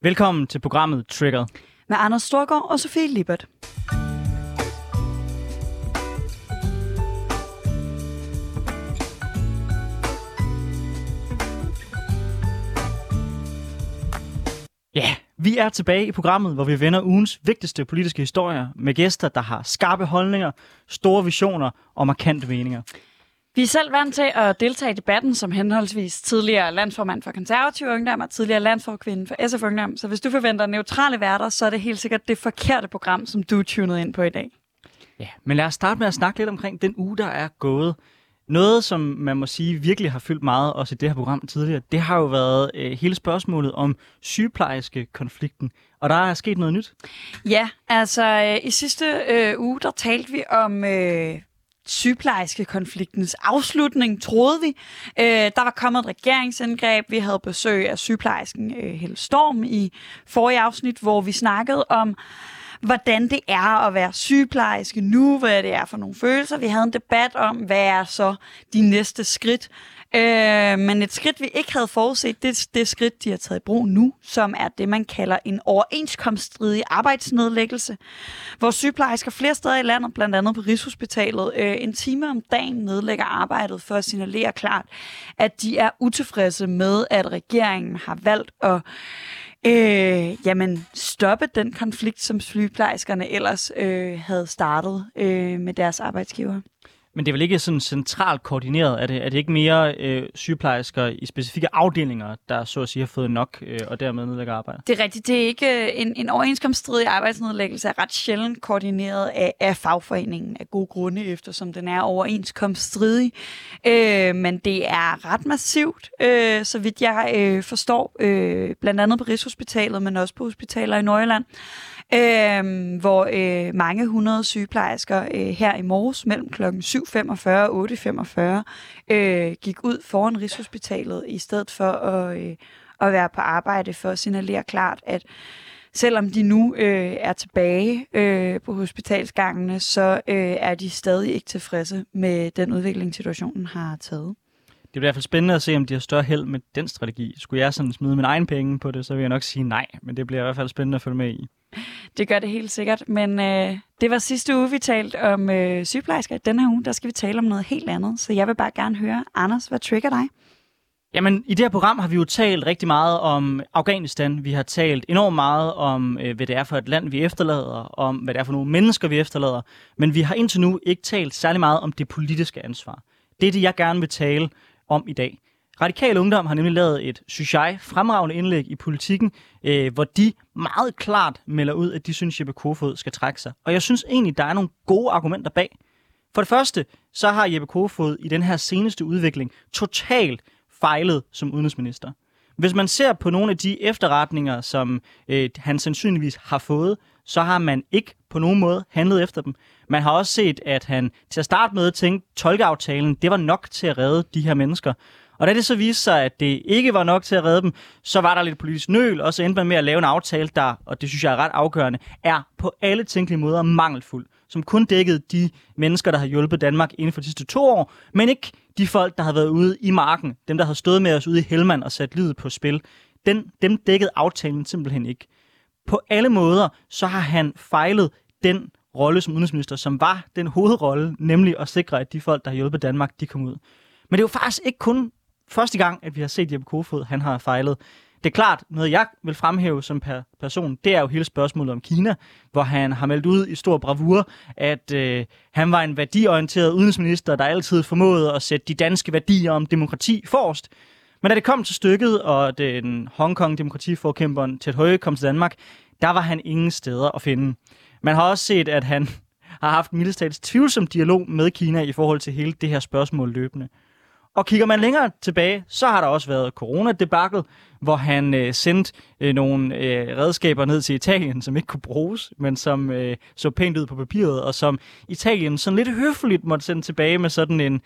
Velkommen til programmet Triggered. Med Anders Storgård og Sofie Lippert. Ja, vi er tilbage i programmet, hvor vi vender ugens vigtigste politiske historier med gæster, der har skarpe holdninger, store visioner og markante meninger. Vi er selv vant til at deltage i debatten som henholdsvis tidligere landsformand for Konservative Ungdom og tidligere landsforkvinde for SF Ungdom. Så hvis du forventer neutrale værter, så er det helt sikkert det forkerte program, som du er tunet ind på i dag. Ja, men lad os starte med at snakke lidt omkring den uge, der er gået. Noget, som man må sige virkelig har fyldt meget også i det her program tidligere, det har jo været hele spørgsmålet om sygeplejerskekonflikten. Og der er sket noget nyt. Ja, altså i sidste uge, der talte vi om sygeplejerskekonfliktens afslutning, troede vi. Der var kommet et regeringsindgreb. Vi havde besøg af sygeplejersken Helle Storm i forrige afsnit, hvor vi snakkede om, hvordan det er at være sygeplejerske nu, hvad det er for nogle følelser. Vi havde en debat om, hvad er så de næste skridt. Men et skridt, vi ikke havde forudset, det skridt, de har taget i brug nu, som er det, man kalder en overenskomststridig arbejdsnedlæggelse, hvor sygeplejersker flere steder i landet, blandt andet på Rigshospitalet, en time om dagen nedlægger arbejdet for at signalere klart, at de er utilfredse med, at regeringen har valgt at stoppe den konflikt, som sygeplejerskerne ellers havde startet med deres arbejdsgiver. Men det er vel ikke sådan centralt koordineret? Er det ikke mere sygeplejersker i specifikke afdelinger, der så at sige har fået nok og dermed nedlægger arbejde? Det er rigtigt. Det er ikke en overenskomststridig arbejdsnedlæggelse er ret sjældent koordineret af fagforeningen af gode grunde, eftersom den er overenskomststridig. Men det er ret massivt, så vidt jeg forstår, blandt andet på Rigshospitalet, men også på hospitaler i Nordjylland. Hvor mange hundrede sygeplejersker her i morges mellem klokken 7.45 og 8.45 gik ud foran Rigshospitalet i stedet for at være på arbejde for at signalere klart, at selvom de nu er tilbage på hospitalsgangene, så er de stadig ikke tilfredse med den udvikling, situationen har taget. Det bliver i hvert fald spændende at se, om de har større held med den strategi. Skulle jeg sådan smide min egen penge på det, så vil jeg nok sige nej, men det bliver i hvert fald spændende at følge med i. Det gør det helt sikkert, men det var sidste uge, vi talte om sygeplejersker. Denne her uge, der skal vi tale om noget helt andet, så jeg vil bare gerne høre, Anders, hvad trigger dig? Jamen, i det her program har vi jo talt rigtig meget om Afghanistan. Vi har talt enormt meget om, hvad det er for et land, vi efterlader, om hvad det er for nogle mennesker, vi efterlader. Men vi har indtil nu ikke talt særlig meget om det politiske ansvar. Det er det, jeg gerne vil tale om i dag. Radikal Ungdom har nemlig lavet et, synes jeg, fremragende indlæg i Politikken, hvor de meget klart melder ud, at de synes, at Jeppe Kofod skal trække sig. Og jeg synes egentlig, der er nogle gode argumenter bag. For det første, så har Jeppe Kofod i den her seneste udvikling totalt fejlet som udenrigsminister. Hvis man ser på nogle af de efterretninger, som han sandsynligvis har fået, så har man ikke på nogen måde handlet efter dem. Man har også set, at han til at starte med tænkte, at tolkeaftalen, det var nok til at redde de her mennesker. Og da det så viste sig, at det ikke var nok til at redde dem, så var der lidt politisk nøl, og så endte man med at lave en aftale, der, og det synes jeg er ret afgørende, er på alle tænkelige måder mangelfuld, som kun dækkede de mennesker, der har hjulpet Danmark inden for de sidste 2 år, men ikke de folk, der har været ude i marken, dem, der har stået med os ude i Helmand og sat livet på spil. Dem dækkede aftalen simpelthen ikke. På alle måder, så har han fejlet den rolle som udenrigsminister, som var den hovedrolle, nemlig at sikre, at de folk, der har hjulpet Danmark, de kom ud. Men det er jo faktisk ikke kun første gang, at vi har set Jeppe Kofod, han har fejlet. Det er klart, noget jeg vil fremhæve som person, det er jo hele spørgsmålet om Kina, hvor han har meldt ud i stor bravur, at han var en værdiorienteret udenrigsminister, der altid formåede at sætte de danske værdier om demokrati forrest. Men da det kom til stykket, og den Hongkong-demokratiforkæmperen Ted Hui kom til Danmark, der var han ingen steder at finde. Man har også set, at han har haft mildest talt tvivlsom dialog med Kina i forhold til hele det her spørgsmål løbende. Og kigger man længere tilbage, så har der også været coronadebacle, hvor han sendte nogle redskaber ned til Italien, som ikke kunne bruges, men som så pænt ud på papiret, og som Italien sådan lidt høfligt måtte sende tilbage med sådan en,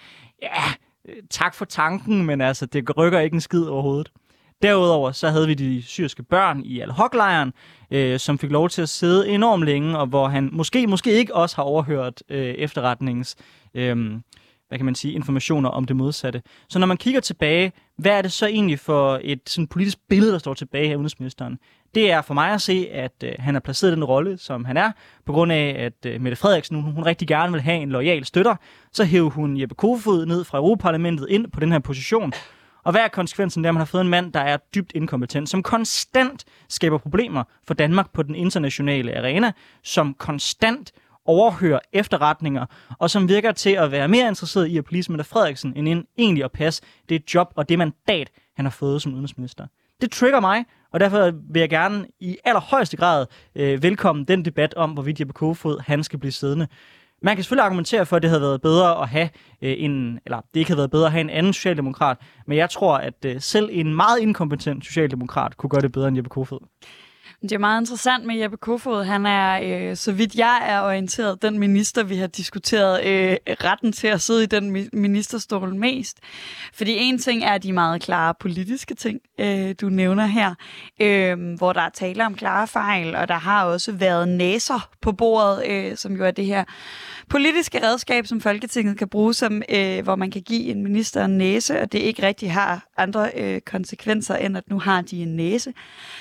tak for tanken, men altså, det rykker ikke en skid overhovedet. Derudover så havde vi de syriske børn i Al-Haq-lejren, som fik lov til at sidde enormt længe, og hvor han måske ikke også har overhørt efterretningens hvad kan man sige, informationer om det modsatte. Så når man kigger tilbage, hvad er det så egentlig for et sådan politisk billede, der står tilbage af udenrigsministeren? Det er for mig at se, at han er placeret i den rolle, som han er, på grund af, at Mette Frederiksen, hun rigtig gerne vil have en loyal støtter. Så hæver hun Jeppe Kofod ned fra Europaparlamentet ind på den her position. Og hvad er konsekvensen der? Man har fået en mand, der er dybt inkompetent, som konstant skaber problemer for Danmark på den internationale arena, som konstant overhører efterretninger, og som virker til at være mere interesseret i at please Mette Frederiksen, end egentlig at passe det job og det mandat, han har fået som udenrigsminister. Det trigger mig, og derfor vil jeg gerne i allerhøjeste grad velkommen den debat om, hvorvidt Jeppe Kofod han skal blive siddende. Man kan selvfølgelig argumentere for, at det havde været bedre at have det ikke havde været bedre at have en anden socialdemokrat, men jeg tror, at selv en meget inkompetent socialdemokrat kunne gøre det bedre end Jeppe Kofod. Det er meget interessant med Jeppe Kofod. Han er, så vidt jeg er orienteret, den minister, vi har diskuteret retten til at sidde i den ministerstol mest. Fordi en ting er de meget klare politiske ting, du nævner her, hvor der er tale om klare fejl, og der har også været næser på bordet, som jo er det her politiske redskab, som Folketinget kan bruge, hvor man kan give en minister en næse, og det ikke rigtig har andre konsekvenser, end at nu har de en næse.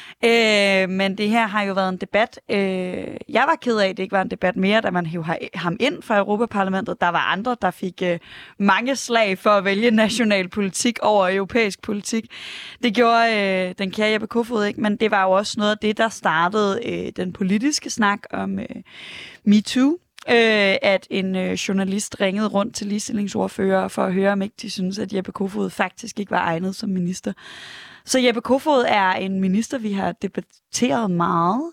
Men det her har jo været en debat. Jeg var ked af, at det ikke var en debat mere, da man hævde ham ind fra Europaparlamentet. Der var andre, der fik mange slag for at vælge national politik over europæisk politik. Det gjorde den kære Jeppe Kofod ikke, men det var jo også noget af det, der startede den politiske snak om MeToo. At en journalist ringede rundt til ligestillingsordfører for at høre, om ikke de synes, at Jeppe Kofod faktisk ikke var egnet som minister. Så Jeppe Kofod er en minister, vi har debatteret meget,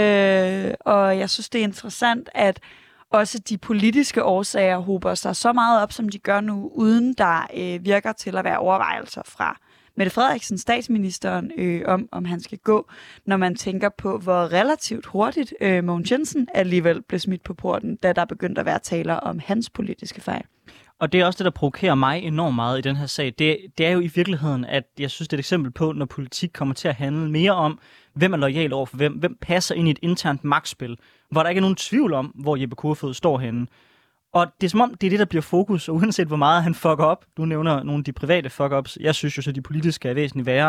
og jeg synes, det er interessant, at også de politiske årsager hober sig så meget op, som de gør nu, uden der virker til at være overvejelser fra Mette Frederiksen, statsministeren, om han skal gå, når man tænker på, hvor relativt hurtigt Mogens Jensen alligevel blev smidt på porten, da der begyndte at være taler om hans politiske fejl. Og det er også det, der provokerer mig enormt meget i den her sag. Det er jo i virkeligheden, at jeg synes, det er et eksempel på, når politik kommer til at handle mere om, hvem er lojal over for hvem passer ind i et internt magtspil, hvor der ikke er nogen tvivl om, hvor Jeppe Kofod står henne. Og det er som om, det er det, der bliver fokus, og uanset hvor meget han fucker op, du nævner nogle af de private fuck-ups, jeg synes jo så, de politiske er væsentligt værre.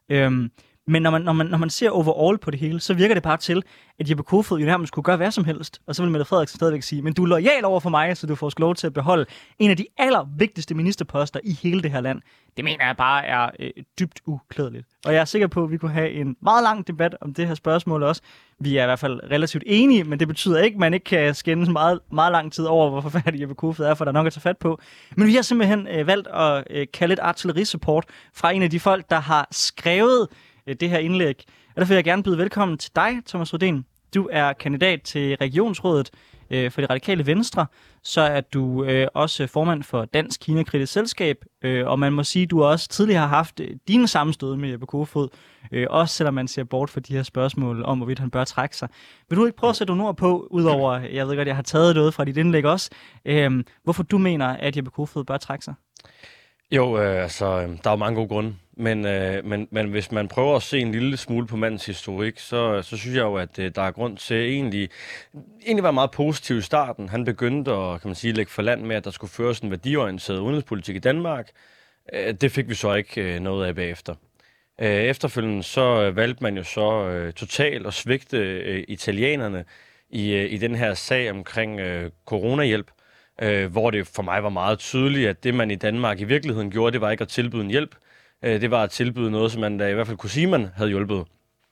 Men når man ser overall på det hele, så virker det bare til, at Jeppe Kofod jo nærmest kunne gøre hvad som helst. Og så vil Mette Frederiksen stadigvæk sige, men du er lojal over for mig, så du får lov til at beholde en af de allervigtigste ministerposter i hele det her land. Det mener jeg bare er dybt uklædeligt. Og jeg er sikker på, at vi kunne have en meget lang debat om det her spørgsmål også. Vi er i hvert fald relativt enige, men det betyder ikke, at man ikke kan skændes meget, meget lang tid over, hvor forfærdelig Jeppe Kofod er, for der er nok at tage fat på. Men vi har simpelthen valgt at kalde et artillerisupport fra en af de folk, der har skrevet det her indlæg. Og derfor vil jeg gerne byde velkommen til dig, Thomas Rødén. Du er kandidat til Regionsrådet for Det Radikale Venstre. Så er du også formand for Dansk Kina-kritisk Selskab. Og man må sige, at du også tidligere har haft dine sammenstød med Jeppe Kofod. Også selvom man ser bort for de her spørgsmål om, hvorvidt han bør trække sig. Vil du ikke prøve at sætte nogle ord på, udover, jeg ved godt, jeg har taget noget fra dit indlæg også, hvorfor du mener, at Jeppe Kofod bør trække sig? Jo, der er jo mange gode grunde, men hvis man prøver at se en lille smule på mandens historik, så synes jeg jo, at der er grund til egentlig var meget positiv i starten. Han begyndte at, kan man sige, lægge for land med, at der skulle føres en værdiorienteret udenrigspolitik i Danmark. Det fik vi så ikke noget af bagefter. Efterfølgende så valgte man jo så totalt at svigte italienerne i den her sag omkring coronahjælp. Hvor det for mig var meget tydeligt, at det man i Danmark i virkeligheden gjorde, det var ikke at tilbyde en hjælp. Det var at tilbyde noget, som man da i hvert fald kunne sige, man havde hjulpet.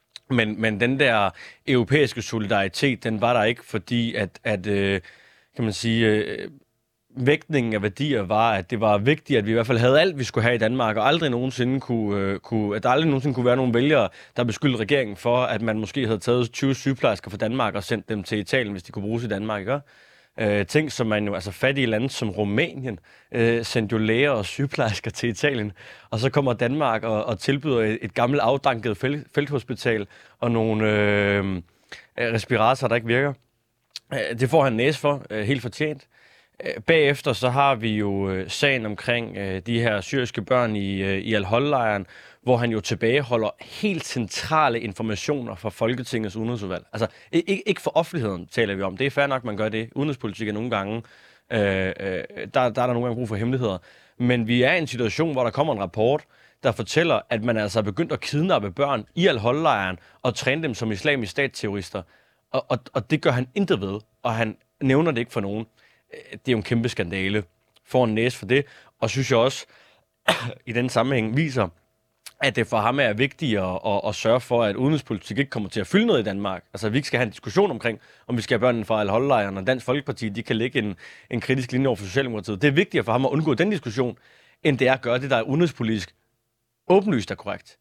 Men den der europæiske solidaritet, den var der ikke, fordi at kan man sige, vægtningen af værdier var, at det var vigtigt, at vi i hvert fald havde alt, vi skulle have i Danmark, og aldrig nogensinde at der aldrig nogensinde kunne være nogle vælgere, der beskyldte regeringen for, at man måske havde taget 20 sygeplejersker fra Danmark og sendt dem til Italien, hvis de kunne bruges i Danmark, ikke? Ting, som man jo, altså fattige lande som Rumænien, sendte jo læger og sygeplejersker til Italien, og så kommer Danmark og tilbyder et gammelt afdanket felthospital og nogle respiratorer, der ikke virker. Det får han næse for, helt fortjent. Bagefter så har vi jo sagen omkring de her syriske børn i Al-Hol-lejren, hvor han jo tilbageholder helt centrale informationer fra Folketingets udenrigsudvalg. Altså ikke for offentligheden taler vi om. Det er fair nok, man gør det. Udenrigspolitik er nogle gange Der er der nogle gange brug for hemmeligheder. Men vi er i en situation, hvor der kommer en rapport, der fortæller, at man altså er begyndt at kidnappe børn i Al-Hol-lejren og træne dem som islamisk statsterrorister. Og det gør han intet ved, og han nævner det ikke for nogen. Det er jo en kæmpe skandale. Får en næse for det, og synes jeg også, i den sammenhæng viser, at det for ham er vigtigt at sørge for, at udenrigspolitik ikke kommer til at fylde noget i Danmark. Altså, at vi ikke skal have en diskussion omkring, om vi skal have børnene fra Al-Hol-lejren, og Dansk Folkeparti, de kan lægge en kritisk linje over for Socialdemokratiet. Det er vigtigere for ham at undgå den diskussion, end det er at gøre det, der er udenrigspolitisk åbenlyst er korrekt.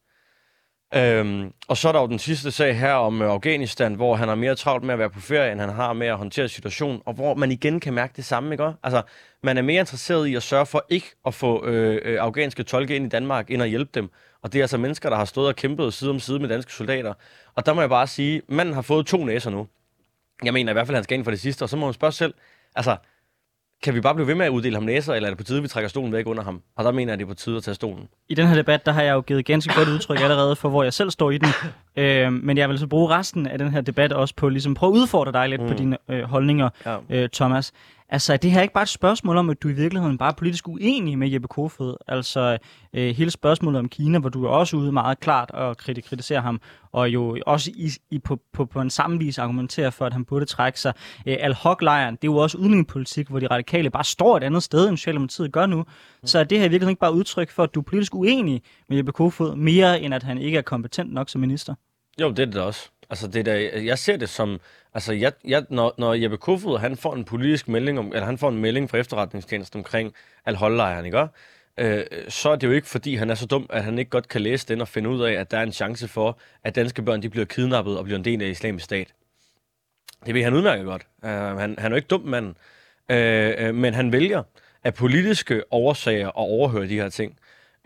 Og så er der jo den sidste sag her om Afghanistan, hvor han har mere travlt med at være på ferie, end han har med at håndtere situationen, og hvor man igen kan mærke det samme, ikke? Altså, man er mere interesseret i at sørge for ikke at få afghanske tolke ind i Danmark, end at hjælpe dem. Og det er altså mennesker, der har stået og kæmpet side om side med danske soldater. Og der må jeg bare sige, manden har fået 2 næser nu. Jeg mener i hvert fald, han skal ind for det sidste, og så må man spørge selv, altså, kan vi bare blive ved med at uddele ham næser, eller er det på tide, vi trækker stolen væk under ham? Og der mener jeg, det er på tide at tage stolen. I den her debat, der har jeg jo givet ganske godt udtryk allerede for, hvor jeg selv står i den. Men jeg vil så bruge resten af den her debat også på ligesom prøve at udfordre dig lidt på dine holdninger, Thomas. Altså, er det her ikke bare et spørgsmål om, at du i virkeligheden bare er politisk uenig med Jeppe Kofod? Altså, hele spørgsmålet om Kina, hvor du er også ude meget klart og kritiserer ham, og jo også på en samme vis argumenterer for, at han burde trække sig. Al-Hol-lejren, det er jo også udlændingepolitik, hvor de radikale bare står et andet sted, end Socialdemokratiet gør nu. Så er det her i virkeligheden ikke bare udtryk for, at du er politisk uenig med Jeppe Kofod, mere end at han ikke er kompetent nok som minister? Jo, det er det også. Altså, jeg ser det som... Altså, når Jeppe Kofod, han får en politisk melding eller han får en melding fra efterretningstjenesten omkring Al-Hol-lejren, ikke? Så er det jo ikke, fordi han er så dum, at han ikke godt kan læse den og finde ud af, at der er en chance for, at danske børn, de bliver kidnappet og bliver en del af Islamisk Stat. Det ved han udmærket godt. Han er jo ikke dum, manden. Men han vælger af politiske årsager at overhøre de her ting.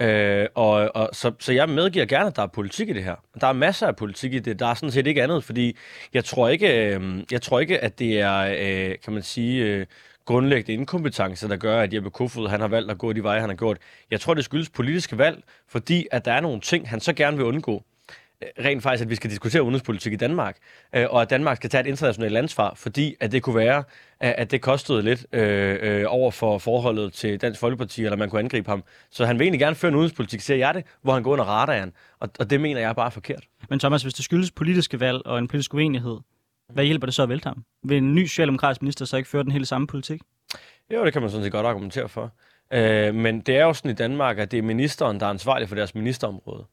Så jeg medgiver gerne, at der er politik i det her. Der er masser af politik i det. Der er sådan set ikke andet, fordi jeg tror ikke, at det er, kan man sige, grundlæggende inkompetence, der gør, at Jeppe Kofod, han har valgt at gå de veje, han har gjort. Jeg tror, det skyldes politiske valg, fordi at der er nogle ting, han så gerne vil undgå. Rent faktisk, at vi skal diskutere udenrigspolitik i Danmark, og at Danmark skal tage et internationalt ansvar, fordi at det kunne være, at det kostede lidt over for forholdet til Dansk Folkeparti, eller man kunne angribe ham. Så han vil egentlig gerne føre en udenrigspolitik, ser jeg det, hvor han går under radaren, og det mener jeg bare er forkert. Men Thomas, hvis det skyldes politiske valg og en politisk uenighed, hvad hjælper det så at vælte ham? Vil en ny socialdemokratisk minister så ikke føre den hele samme politik? Jo, det kan man sådan set godt argumentere for. Men det er jo sådan i Danmark, at det er ministeren, der er ansvarlig for deres ministerområde.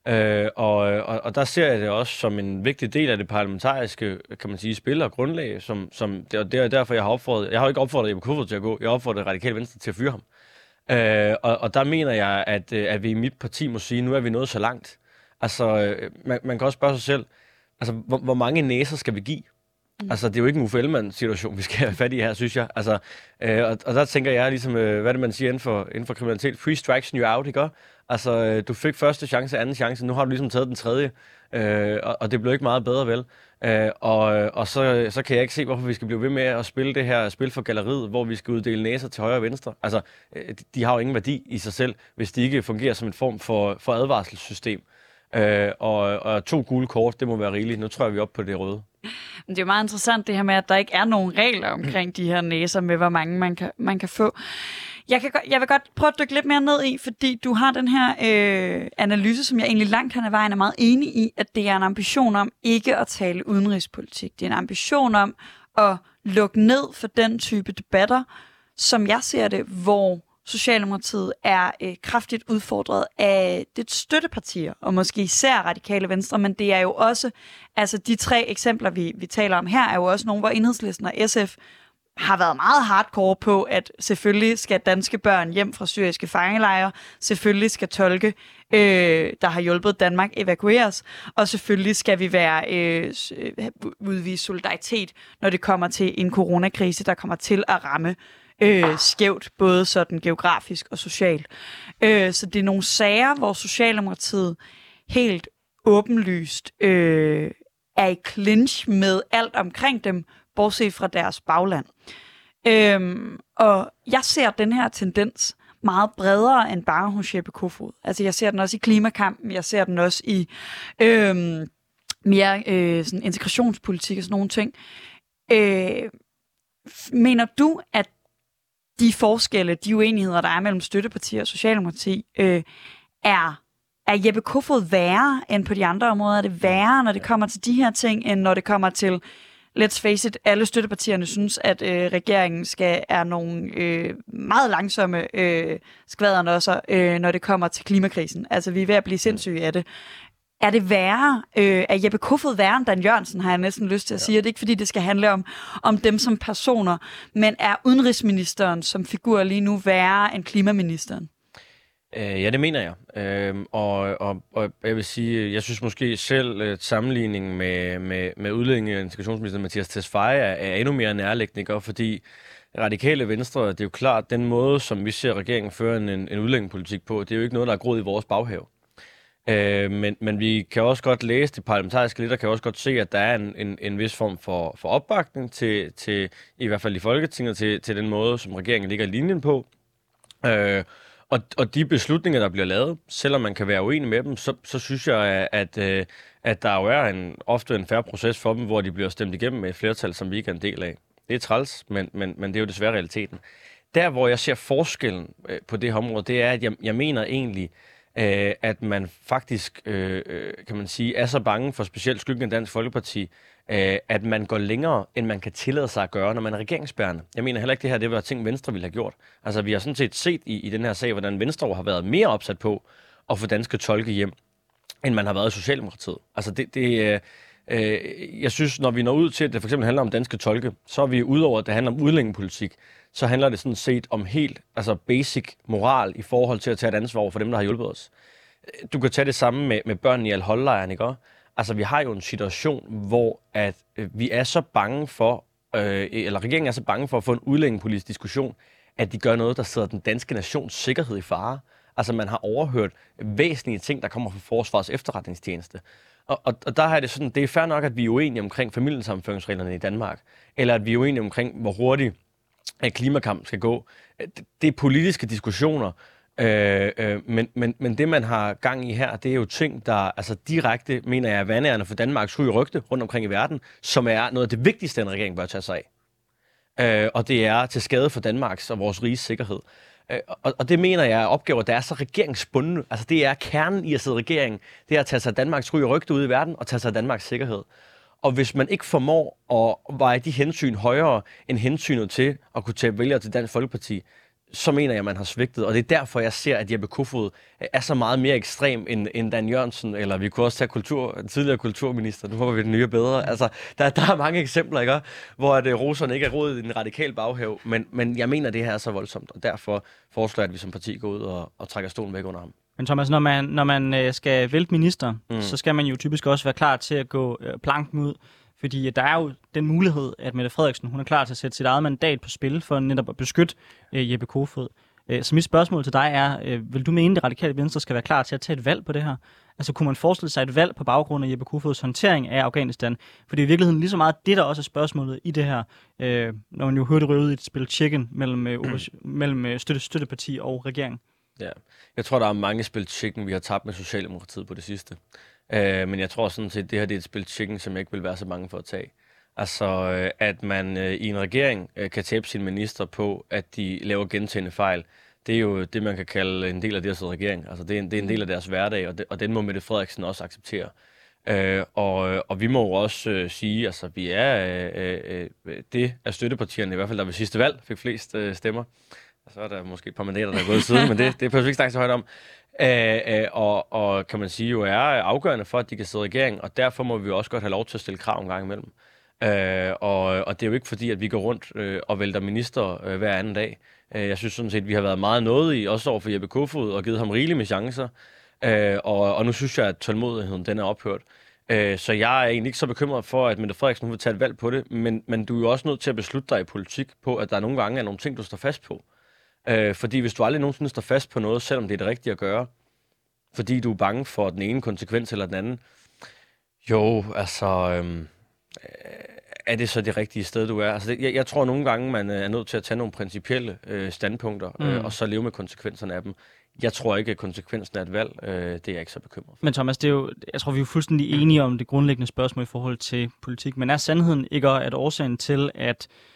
Og der ser jeg det også som en vigtig del af det parlamentariske, kan man sige, spil og grundlag, som det er derfor, jeg har jo ikke opfordret Jeppe Kofod til at gå, jeg har opfordret Radikale Venstre til at fyre ham. Og der mener jeg, at vi i mit parti må sige, nu er vi nået så langt. Altså, man kan også spørge sig selv, altså, hvor mange næser skal vi give? Altså, det er jo ikke en Uffe Ellemann-situation, vi skal have fat i her, synes jeg. Altså, og der tænker jeg ligesom, hvad det man siger inden for kriminalitet, 3 strikes and you're out, ikke? Altså, du fik første chance, anden chance, nu har du ligesom taget den tredje, og det blev ikke meget bedre, vel? Og så kan jeg ikke se, hvorfor vi skal blive ved med at spille det her spil for galleriet, hvor vi skal uddele næser til højre og venstre. Altså, de har jo ingen værdi i sig selv, hvis de ikke fungerer som en form for advarselssystem. Og 2 gule kort, det må være rigeligt. Nu tror jeg, vi er oppe på det røde. Det er jo meget interessant det her med, at der ikke er nogen regler omkring de her næser med, hvor mange man kan få. Jeg vil godt prøve at dykke lidt mere ned i, fordi du har den her analyse, som jeg egentlig langt hen ad vejen er meget enig i, at det er en ambition om ikke at tale udenrigspolitik. Det er en ambition om at lukke ned for den type debatter, som jeg ser det, hvor Socialdemokratiet er kraftigt udfordret af det støttepartier, og måske især Radikale Venstre, men det er jo også, altså de 3 eksempler, vi taler om her, er jo også nogle, hvor Enhedslisten og SF har været meget hardcore på, at selvfølgelig skal danske børn hjem fra syriske fangelejre, selvfølgelig skal tolke, der har hjulpet Danmark, evakueres, og selvfølgelig skal vi udvise solidaritet, når det kommer til en coronakrise, der kommer til at ramme skævt, både sådan geografisk og socialt. Så det er nogle sager, hvor Socialdemokratiet helt åbenlyst er i clinch med alt omkring dem, bortset fra deres bagland. Og jeg ser den her tendens meget bredere end bare hos Jeppe Kofod. Altså jeg ser den også i klimakampen, jeg ser den også i mere sådan integrationspolitik og sådan nogle ting. Mener du, at de forskelle, de uenigheder, der er mellem støttepartier og Socialdemokrati, er Jeppe Kofod værre end på de andre områder? Er det værre, når det kommer til de her ting, end når det kommer til, let's face it, alle støttepartierne synes, at regeringen er nogle meget langsomme skvadernøsser, når det kommer til klimakrisen. Altså, vi er ved at blive sindssyge af det. Er det værre? Er Jeppe Kofod værre end Dan Jørgensen, har jeg næsten lyst til at sige. Det er ikke, fordi det skal handle om dem som personer, men er udenrigsministeren som figur lige nu værre end klimaministeren? Ja, det mener jeg. Og jeg vil sige, jeg synes måske selv sammenligningen med udlændinge- og integrationsminister Mattias Tesfaye er endnu mere nærliggende, ikke? Fordi Radikale Venstre, det er jo klart, den måde, som vi ser regeringen føre en udlændingepolitik på, det er jo ikke noget, der er groet i vores baghave. Men vi kan også godt læse det parlamentariske lidt, og kan også godt se, at der er en vis form for opbakning til i hvert fald i Folketinget, til den måde, som regeringen ligger linjen på. Og de beslutninger, der bliver lavet, selvom man kan være uenig med dem, så synes jeg, at der jo er ofte en fair proces for dem, hvor de bliver stemt igennem med et flertal, som vi ikke er en del af. Det er træls, men det er jo desværre realiteten. Der, hvor jeg ser forskellen på det her område, det er, at jeg mener egentlig, at man faktisk, kan man sige, er så bange for specielt skyggen af Dansk Folkeparti, at man går længere, end man kan tillade sig at gøre, når man er regeringsbærende. Jeg mener heller ikke, det var ting, Venstre ville have gjort. Altså, vi har sådan set i den her sag, hvordan Venstre har været mere opsat på at få danske tolke hjem, end man har været i Socialdemokratiet. Altså, jeg synes, når vi når ud til, at det for eksempel handler om danske tolke, så er vi udover, at det handler om udlændingepolitik, så handler det sådan set om helt basic moral i forhold til at tage et ansvar over for dem, der har hjulpet os. Du kan tage det samme med børnene i Al-Hol-lejren, ikke? Altså, vi har jo en situation, hvor at vi er så bange for, eller regeringen er så bange for at få en udlændingepolitisk diskussion, at de gør noget, der sætter den danske nations sikkerhed i fare. Altså, man har overhørt væsentlige ting, der kommer fra Forsvarets efterretningstjeneste. Og der er det sådan, det er fair nok, at vi er uenige omkring familiesammenføringsreglerne i Danmark, eller at vi er uenige omkring, hvor hurtigt klimakampen skal gå. Det er politiske diskussioner, men det, man har gang i her, det er jo ting, der altså direkte, mener jeg, er vandærende for Danmarks ry og rygte rundt omkring i verden, som er noget af det vigtigste, en regering bør tage sig af. Og det er til skade for Danmarks og vores riges sikkerhed. Og det mener jeg er opgaver, der er så regeringsbundne. Altså det er kernen i at sidde regering. Det er at tage sig Danmarks ry og rygte ud i verden og tage sig Danmarks sikkerhed. Og hvis man ikke formår at veje de hensyn højere end hensynet til at kunne tage vælgere til Dansk Folkeparti, så mener jeg, at man har svigtet. Og det er derfor, jeg ser, at Jeppe Kofod er så meget mere ekstrem end Dan Jørgensen, eller vi kunne også tage tidligere kulturminister. Nu håber vi, den nye er bedre. Altså, der er mange eksempler, ikke? Hvor at roserne ikke er rodet i en radikal baghave, men jeg mener, at det her er så voldsomt, og derfor foreslår jeg, at vi som parti går ud og trækker stolen væk under ham. Men Thomas, når man skal vælte minister, så skal man jo typisk også være klar til at gå planken ud. Fordi der er jo den mulighed, at Mette Frederiksen hun er klar til at sætte sit eget mandat på spil for netop at beskytte Jeppe Kofod. Så mit spørgsmål til dig er, vil du mene, at Det Radikale Venstre skal være klar til at tage et valg på det her? Altså kunne man forestille sig et valg på baggrund af Jeppe Kofods håndtering af Afghanistan? For det er i virkeligheden lige så meget det, der også er spørgsmålet i det her, når man jo hørte røvet i et spil chicken mellem støtteparti og regering. Ja, jeg tror, der er mange spil chicken, vi har tabt med Socialdemokratiet på det sidste. Men jeg tror sådan set, at det her det er et spil chicken, som jeg ikke vil være så bange for at tage. Altså, at man i en regering kan tabe sine minister på, at de laver gentagne fejl, det er jo det, man kan kalde en del af deres regering. Altså, det er en del af deres hverdag, og den må Mette Frederiksen også acceptere. Og vi må jo også sige, altså, vi er det af støttepartierne, i hvert fald der ved sidste valg fik flest stemmer. Og så er der måske et par mandater, der er gået siden, men det behøver vi ikke snakke så højt om. Og kan man sige jo er afgørende for, at de kan sidde i regering, og derfor må vi også godt have lov til at stille krav en gang imellem. Og det er jo ikke fordi, at vi går rundt og vælter minister hver anden dag. Jeg synes sådan set, at vi har været meget nådige, også over for Jeppe Kofod, og givet ham rigeligt med chancer. Og nu synes jeg, at tålmodigheden den er ophørt. Så jeg er egentlig ikke så bekymret for, at Mette Frederiksen vil tage et valg på det, men du er jo også nødt til at beslutte dig i politik på, at der nogle gange er nogle ting, du står fast på. Fordi hvis du aldrig nogensinde står fast på noget, selvom det er det rigtige at gøre, fordi du er bange for den ene konsekvens eller den anden, jo, altså, er det så det rigtige sted, du er? Altså, jeg tror nogle gange, man er nødt til at tage nogle principielle standpunkter, og så leve med konsekvenserne af dem. Jeg tror ikke, at konsekvensen af et valg, det er jeg ikke så bekymret for. Men Thomas, det er jo, jeg tror, vi er fuldstændig enige om det grundlæggende spørgsmål i forhold til politik. Men er sandheden ikke, at årsagen til, at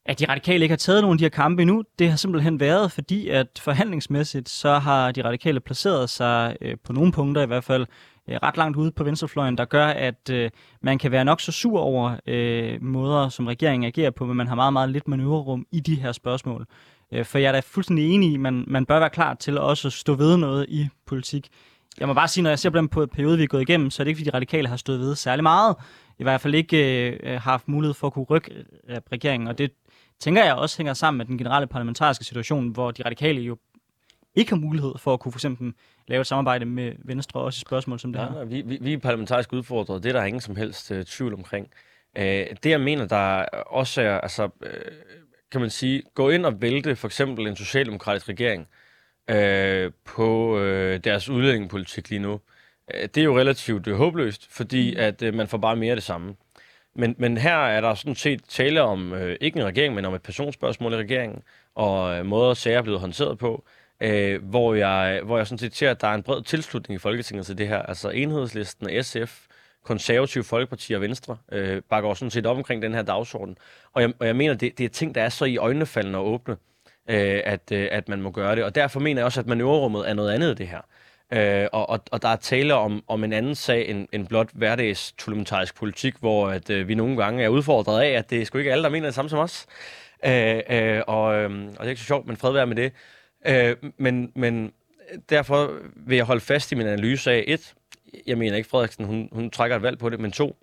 at de radikale ikke har taget nogen af de her kampe endnu, det har simpelthen været, fordi at forhandlingsmæssigt, så har de radikale placeret sig på nogle punkter i hvert fald ret langt ude på venstrefløjen, der gør, at man kan være nok så sur over måder, som regeringen agerer på, men man har meget, meget lidt manøvrerum i de her spørgsmål. For jeg er da fuldstændig enig i, man bør være klar til også at stå ved noget i politik. Jeg må bare sige, når jeg ser på den periode, vi er gået igennem, så er det ikke, fordi de radikale har stået ved særlig meget. I hvert fald ikke har haft mulighed for at kunne rykke regeringen, og det tænker jeg også hænger sammen med den generelle parlamentariske situation, hvor de radikale jo ikke har mulighed for at kunne for eksempel lave et samarbejde med Venstre, også i spørgsmål som det her. Vi er parlamentarisk udfordret, det er der ingen som helst tvivl omkring. Det jeg mener, der også er, altså, kan man sige, gå ind og vælte for eksempel en socialdemokratisk regering på deres udlændingepolitik lige nu. Det er jo relativt håbløst, fordi at man får bare mere af det samme. Men her er der sådan set tale om ikke en regering, men om et personspørgsmål i regeringen, og måder sager er blevet håndteret på, hvor jeg sådan set ser, at der er en bred tilslutning i Folketinget til det her. Altså Enhedslisten, SF, Konservative Folkeparti og Venstre bakker også sådan set op omkring den her dagsorden. Og jeg mener, det er ting, der er så i øjnefaldende og åbne, at man må gøre det. Og derfor mener jeg også, at manøvrerummet er noget andet i det her. Og der er tale om en anden sag end blot hverdagstelementarisk politik, hvor at vi nogle gange er udfordret af, at det er sgu ikke alle, der mener det samme som os. Og det er ikke så sjovt, men fred være med det. Men derfor vil jeg holde fast i min analyse af, 1, jeg mener ikke, Frederiksen, hun trækker et valg på det, men 2,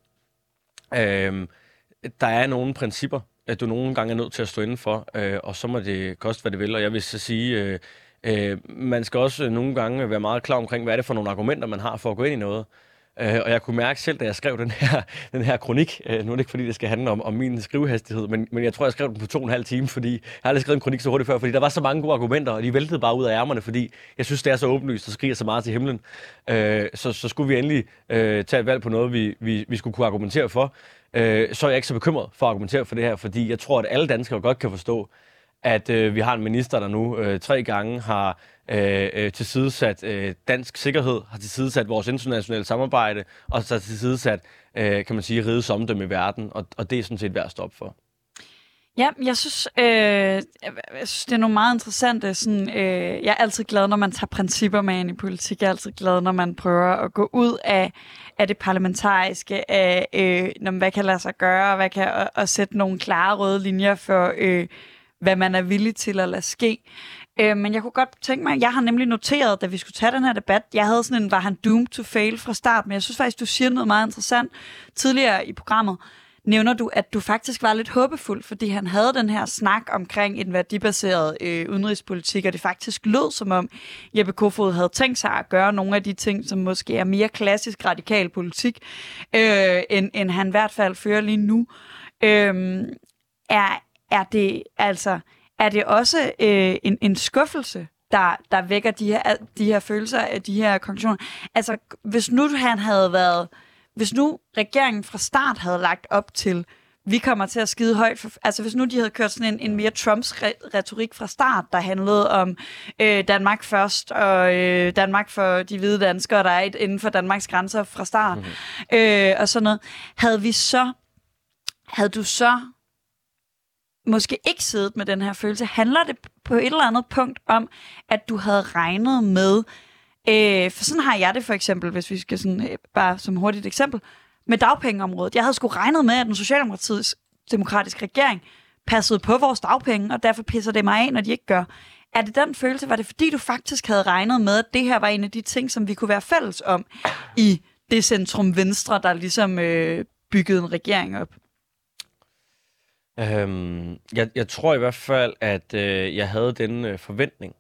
der er nogle principper, at du nogle gange er nødt til at stå indenfor, og så må det koste, hvad det vil. Og jeg vil så sige, man skal også nogle gange være meget klar omkring, hvad er det for nogle argumenter, man har for at gå ind i noget. Og jeg kunne mærke selv, da jeg skrev den her kronik, nu er det ikke fordi, det skal handle om min skrivehastighed, men jeg tror, jeg skrev den på 2,5 timer, fordi jeg har aldrig skrevet en kronik så hurtigt før, fordi der var så mange gode argumenter, og de væltede bare ud af ærmerne, fordi jeg synes, det er så åbenlyst og skriger så meget til himlen. Så skulle vi endelig tage et valg på noget, vi skulle kunne argumentere for. Så er jeg ikke så bekymret for at argumentere for det her, fordi jeg tror, at alle danskere godt kan forstå, at vi har en minister, der nu 3 gange har tilsidesat dansk sikkerhed, har tilsidesat vores internationale samarbejde, og så har tilsidesat, kan man sige, rigets omdømme i verden, og det er sådan set værd at stoppe for. Ja, jeg synes, det er nogle meget interessante. Jeg er altid glad, når man tager principper med ind i politik. Jeg er altid glad, når man prøver at gå ud af det parlamentariske, af hvad kan lade sig gøre, og hvad kan at sætte nogle klare røde linjer for, hvad man er villig til at lade ske. Men jeg kunne godt tænke mig, jeg har nemlig noteret, da vi skulle tage den her debat, jeg havde sådan en, var han doomed to fail fra start, men jeg synes faktisk, du siger noget meget interessant. Tidligere i programmet nævner du, at du faktisk var lidt håbefuld, fordi han havde den her snak omkring en værdibaseret udenrigspolitik, og det faktisk lød som om Jeppe Kofod havde tænkt sig at gøre nogle af de ting, som måske er mere klassisk radikal politik, end han i hvert fald fører lige nu. Er det også en skuffelse, der vækker de her følelser af de her konklusioner? Altså, hvis nu regeringen fra start havde lagt op til, vi kommer til at skide højt, altså hvis nu de havde kørt sådan en mere Trumps retorik fra start, der handlede om Danmark først, og Danmark for de hvide danskere, der er inden for Danmarks grænser fra start, og sådan noget, havde du så måske ikke siddet med den her følelse? Handler det på et eller andet punkt om, at du havde regnet med, for sådan har jeg det for eksempel, hvis vi skal sådan, bare som hurtigt eksempel, med dagpengeområdet. Jeg havde sgu regnet med, at den socialdemokratiske regering passede på vores dagpenge, og derfor pisser det mig af, når de ikke gør. Er det den følelse? Var det fordi, du faktisk havde regnet med, at det her var en af de ting, som vi kunne være fælles om i det centrum venstre, der ligesom byggede en regering op? Jeg tror i hvert fald, at jeg havde den forventning,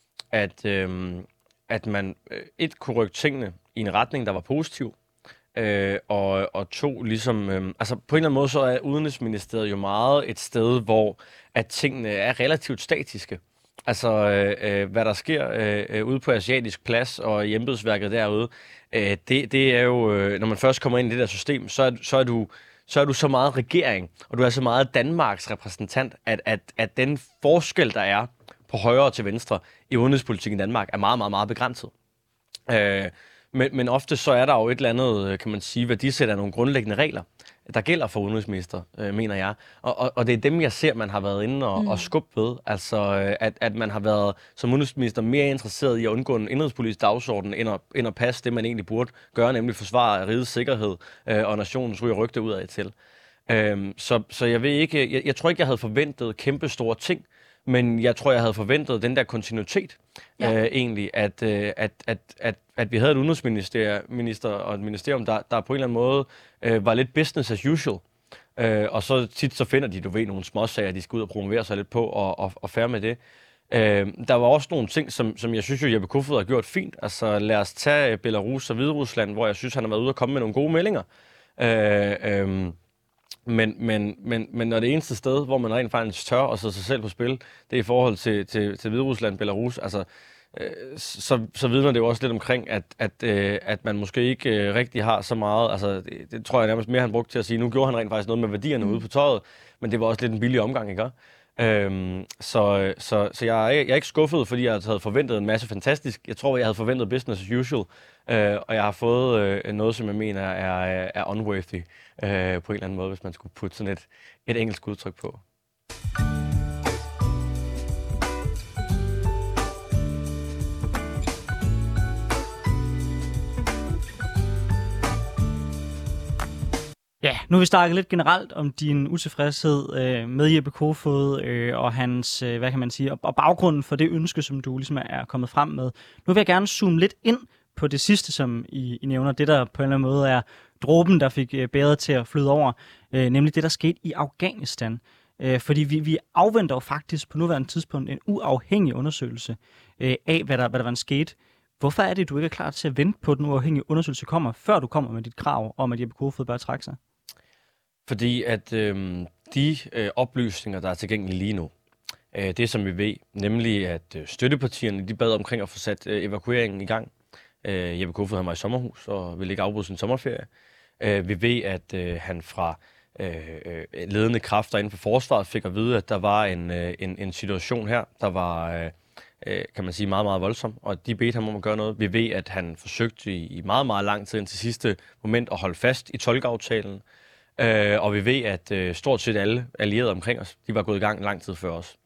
at man kunne rykke tingene i en retning, der var positiv, og 2, ligesom, altså på en eller anden måde, så er Udenrigsministeriet jo meget et sted, hvor at tingene er relativt statiske. Altså, hvad der sker ude på Asiatisk Plads og i embedsværket derude, det er jo, når man først kommer ind i det der system, så er du så meget regering, og du er så meget Danmarks repræsentant, at den forskel, der er på højre og til venstre i udenrigspolitikken i Danmark, er meget, meget, meget begrænset. Men ofte så er der jo et eller andet, kan man sige, værdisæt af nogle grundlæggende regler, der gælder for udenrigsminister, mener jeg. Og det er dem, jeg ser, man har været inde og skubbe ved. Altså, at man har været som udenrigsminister mere interesseret i at undgå en indrigspolitisk dagsorden, end at passe det, man egentlig burde gøre, nemlig forsvare rigets sikkerhed og nationens ryge og rygte udad til. Så jeg ved ikke, jeg tror ikke, jeg havde forventet kæmpe store ting, men jeg tror, jeg havde forventet den der kontinuitet, egentlig, at vi havde et udenrigsminister og et ministerium, der på en eller anden måde var lidt business as usual. Og så tit så finder de, nogle småsager, de skal ud og promovere sig lidt på, og færre med det. Der var også nogle ting, som jeg synes jo, Jeppe Kofod har gjort fint. Altså lad os tage Belarus og Hviderusland, hvor jeg synes, han har været ude og komme med nogle gode meldinger. Men når det eneste sted, hvor man rent faktisk tør at sætte sig selv på spil, det er i forhold til Hviderusland, Belarus, altså, så vidner det jo også lidt omkring, at man måske ikke rigtig har så meget, altså det tror jeg nærmest mere, han brugte til at sige, nu gjorde han rent faktisk noget med værdierne ude på tøjet, men det var også lidt en billig omgang, ikke? Så jeg er ikke skuffet, fordi jeg havde forventet en masse fantastisk. Jeg tror, jeg havde forventet business as usual, og jeg har fået noget, som jeg mener er unworthy på en eller anden måde, hvis man skulle putte sådan et engelsk udtryk på. Ja, nu har vi snakket lidt generelt om din utilfredshed med Jeppe Kofod og hans, hvad kan man sige, og baggrunden for det ønske, som du ligesom er kommet frem med. Nu vil jeg gerne zoome lidt ind på det sidste, som I nævner, det der på en eller anden måde er dråben, der fik bæret til at flyde over, nemlig det, der skete i Afghanistan. Fordi vi afventer jo faktisk på nuværende tidspunkt en uafhængig undersøgelse af, hvad der var sket. Hvorfor er det, du ikke er klar til at vente på, at den uafhængige undersøgelse kommer, før du kommer med dit krav om, at Jeppe Kofod bør trække sig? Fordi at de oplysninger, der er tilgængelige lige nu, det som vi ved, nemlig at støttepartierne, de bad omkring at få sat evakueringen i gang. Jeppe Kofod var i sommerhus og ville ikke afbryde sin sommerferie. Vi ved, at han fra ledende kræfter inden for forsvaret fik at vide, at der var en situation her, der var kan man sige, meget, meget voldsom, og de bedte ham om at gøre noget. Vi ved, at han forsøgte i meget, meget lang tid indtil sidste moment at holde fast i tolkeaftalen, og vi ved, at stort set alle allierede omkring os, de var gået i gang lang tid før os.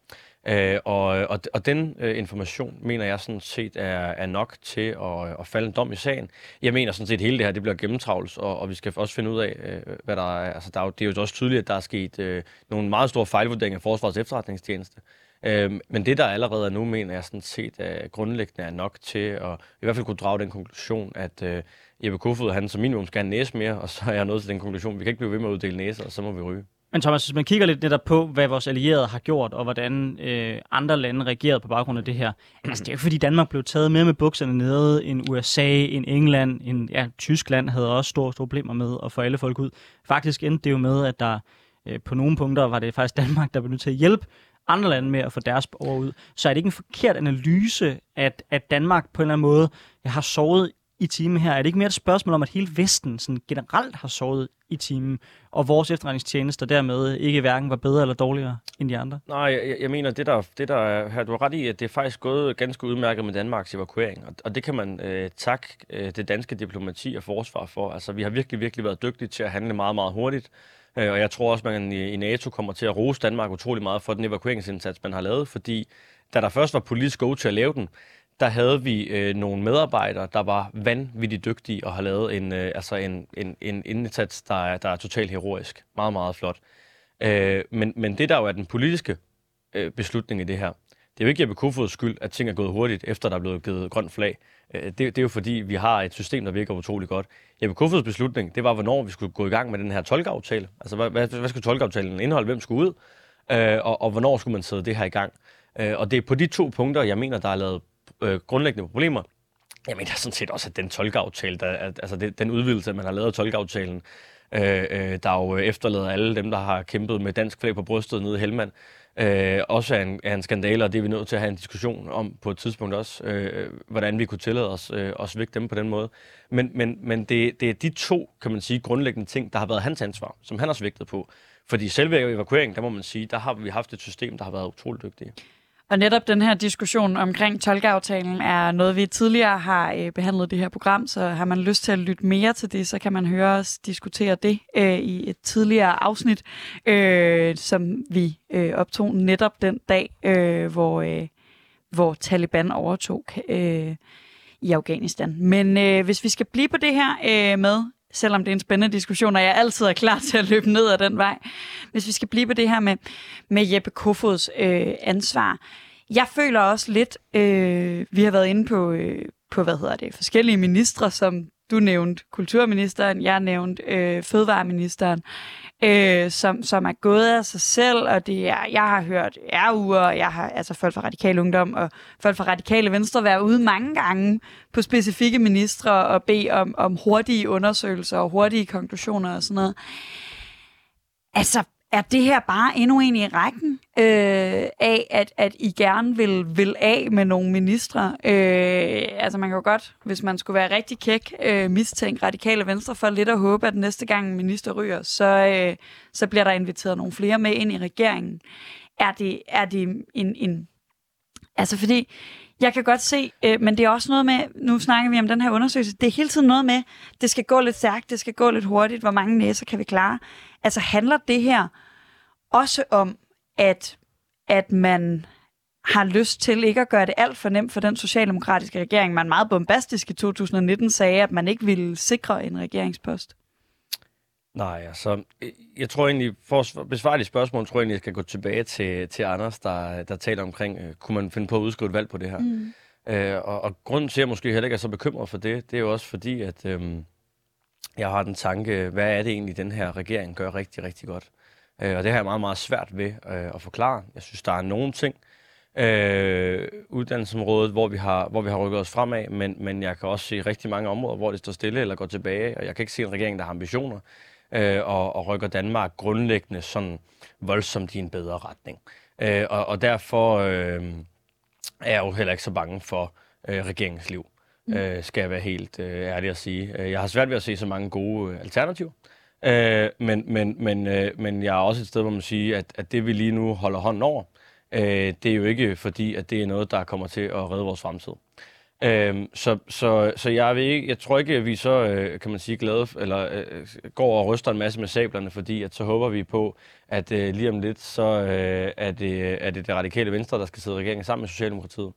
Og den information, mener jeg sådan set, er nok til at falde en dom i sagen. Jeg mener sådan set, at hele det her, det bliver gennemtravlt, og vi skal også finde ud af, hvad der er. Altså, det er jo også tydeligt, at der er sket nogle meget store fejlvurderinger af Forsvarets efterretningstjeneste. Men det, der allerede er nu, mener jeg sådan set, grundlæggende er nok til at i hvert fald kunne drage den konklusion, at Jeppe Kofod, han som minimum skal have en næse mere, og så er jeg nået til den konklusion, vi kan ikke blive ved med at uddele næser, og så må vi ryge. Men Thomas, hvis man kigger lidt netop på, hvad vores allierede har gjort, og hvordan andre lande reagerede på baggrund af det her. Altså, det er jo fordi Danmark blev taget med bukserne nede, end USA, end England, Tyskland havde også store problemer med at få alle folk ud. Faktisk endte det jo med, at der på nogle punkter var det faktisk Danmark, der blev nødt til at hjælpe andre lande med at få deres borgere ud. Så er det ikke en forkert analyse, at Danmark på en eller anden måde har sovet i timen her? Er det ikke mere et spørgsmål om, at hele Vesten sådan generelt har sovet i timen, og vores efterretningstjenester dermed ikke hverken var bedre eller dårligere end de andre? Nej, jeg mener, det der er her, du har ret i, at det er faktisk gået ganske udmærket med Danmarks evakuering, og det kan man takke det danske diplomati og forsvar for. Altså, vi har virkelig, virkelig været dygtige til at handle meget, meget hurtigt. Og jeg tror også, at man i NATO kommer til at rose Danmark utrolig meget for den evakueringsindsats, man har lavet, fordi da der først var politisk go til at lave den, der havde vi nogle medarbejdere, der var vanvittigt dygtige og har lavet en indsats, der er totalt heroisk. Meget, meget flot. Men det, der jo er den politiske beslutning i det her, det er jo ikke Jeppe Kofods skyld, at ting er gået hurtigt, efter der er blevet givet grønt flag. Det er jo fordi, vi har et system, der virker utrolig godt. Jeppe Kofods beslutning, det var, hvornår vi skulle gå i gang med den her tolkeaftale. Altså, hvad skulle tolkeaftalen indeholde? Hvem skulle ud? Og hvornår skulle man sætte det her i gang? Og det er på de to punkter, jeg mener, der er lavet grundlæggende problemer. Jeg mener sådan set også, at den tolkeaftale, den udvidelse, man har lavet af tolkeaftalen, der jo efterlader alle dem, der har kæmpet med dansk flag på brystet nede i Helmand, også er en skandale, og det er vi nødt til at have en diskussion om på et tidspunkt også, hvordan vi kunne tillade os at svigte dem på den måde. Men det er de to, kan man sige, grundlæggende ting, der har været hans ansvar, som han har svigtet på. Fordi selve evakueringen, der må man sige, der har vi haft et system, der har været utroligt dygtigt. Og netop den her diskussion omkring tolkeaftalen er noget, vi tidligere har behandlet i det her program, så har man lyst til at lytte mere til det, så kan man høre os diskutere det i et tidligere afsnit, som vi optog netop den dag, hvor Taliban overtog i Afghanistan. Men hvis vi skal blive på det her med, selvom det er en spændende diskussion, og jeg altid er klar til at løbe ned ad den vej, hvis vi skal blive på det her med Jeppe Kofods ansvar. Jeg føler også lidt, vi har været inde på forskellige ministre, som du nævnte kulturministeren, jeg nævnte fødevareministeren, som er gået af sig selv, og jeg har hørt RU'er, og jeg har altså folk fra Radikale Ungdom og folk fra Radikale Venstre være ude mange gange på specifikke ministre og bede om hurtige undersøgelser og hurtige konklusioner og sådan noget. Altså, er det her bare endnu en i rækken af, at I gerne vil af med nogle ministre? Altså man kan jo godt, hvis man skulle være rigtig kæk, mistænke Radikale Venstre for lidt at håbe, at næste gang en minister ryger, så bliver der inviteret nogle flere med ind i regeringen. Er det en altså fordi, jeg kan godt se, men det er også noget med, nu snakker vi om den her undersøgelse, det er hele tiden noget med, det skal gå lidt stærkt, det skal gå lidt hurtigt, hvor mange næser kan vi klare? Altså handler det her også om, at man har lyst til ikke at gøre det alt for nemt for den socialdemokratiske regering, man meget bombastisk i 2019 sagde, at man ikke ville sikre en regeringspost? Nej, altså, jeg tror egentlig, for at besvare de spørgsmål, tror jeg egentlig, jeg skal gå tilbage til Anders, der taler omkring, kunne man finde på at udskrive et valg på det her? Og grunden til, at jeg måske heller ikke er så bekymret for det, det er jo også fordi, at jeg har den tanke, hvad er det egentlig, den her regering gør rigtig, rigtig godt? Og det har jeg meget, meget svært ved at forklare. Jeg synes, der er nogle ting, uddannelsesområdet, hvor vi har rykket os fremad, men jeg kan også se rigtig mange områder, hvor det står stille eller går tilbage, og jeg kan ikke se en regering, der har ambitioner og rykker Danmark grundlæggende sådan voldsomt i en bedre retning. Og derfor er jeg jo heller ikke så bange for regeringens liv, skal jeg være helt ærlig at sige. Jeg har svært ved at se så mange gode alternativer, men jeg er også et sted, hvor man siger, at det vi lige nu holder hånden over, det er jo ikke fordi, at det er noget, der kommer til at redde vores fremtid. Så jeg tror ikke, at vi så, kan man sige, glade, eller går og ryster en masse med sablerne, fordi at så håber vi på, at lige om lidt, så er det Radikale Venstre, der skal sidde i regeringen sammen med Socialdemokratiet.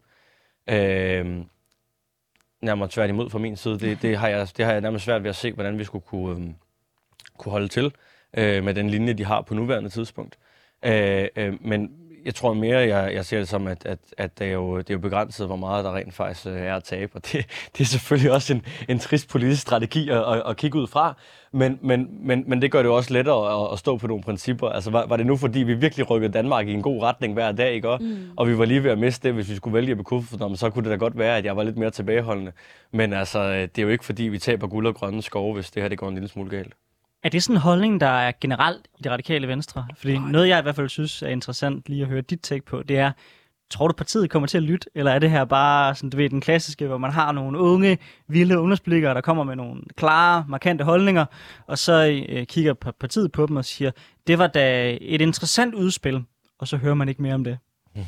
Nærmere tværtimod fra min side. Det har jeg nærmest svært ved at se, hvordan vi skulle kunne holde til med den linje, de har på nuværende tidspunkt. Men jeg tror mere, jeg ser det som, at det er jo begrænset, hvor meget der rent faktisk er at tabe. Og det er selvfølgelig også en trist politisk strategi at kigge ud fra. Men det gør det jo også lettere at stå på nogle principper. Altså var det nu, fordi vi virkelig rykkede Danmark i en god retning hver dag, ikke? Og vi var lige ved at miste det, hvis vi skulle vælge at bekuffe, så kunne det da godt være, at jeg var lidt mere tilbageholdende. Men altså, det er jo ikke, fordi vi taber guld og grønne skove, hvis det her det går en lille smule galt. Er det sådan en holdning, der er generelt i det Radikale Venstre? Fordi noget, jeg i hvert fald synes er interessant lige at høre dit take på, det er, tror du partiet kommer til at lytte, eller er det her bare sådan, du ved, den klassiske, hvor man har nogle unge, vilde ungdomspolitikere, der kommer med nogle klare, markante holdninger, og så kigger partiet på dem og siger, det var da et interessant udspil, og så hører man ikke mere om det?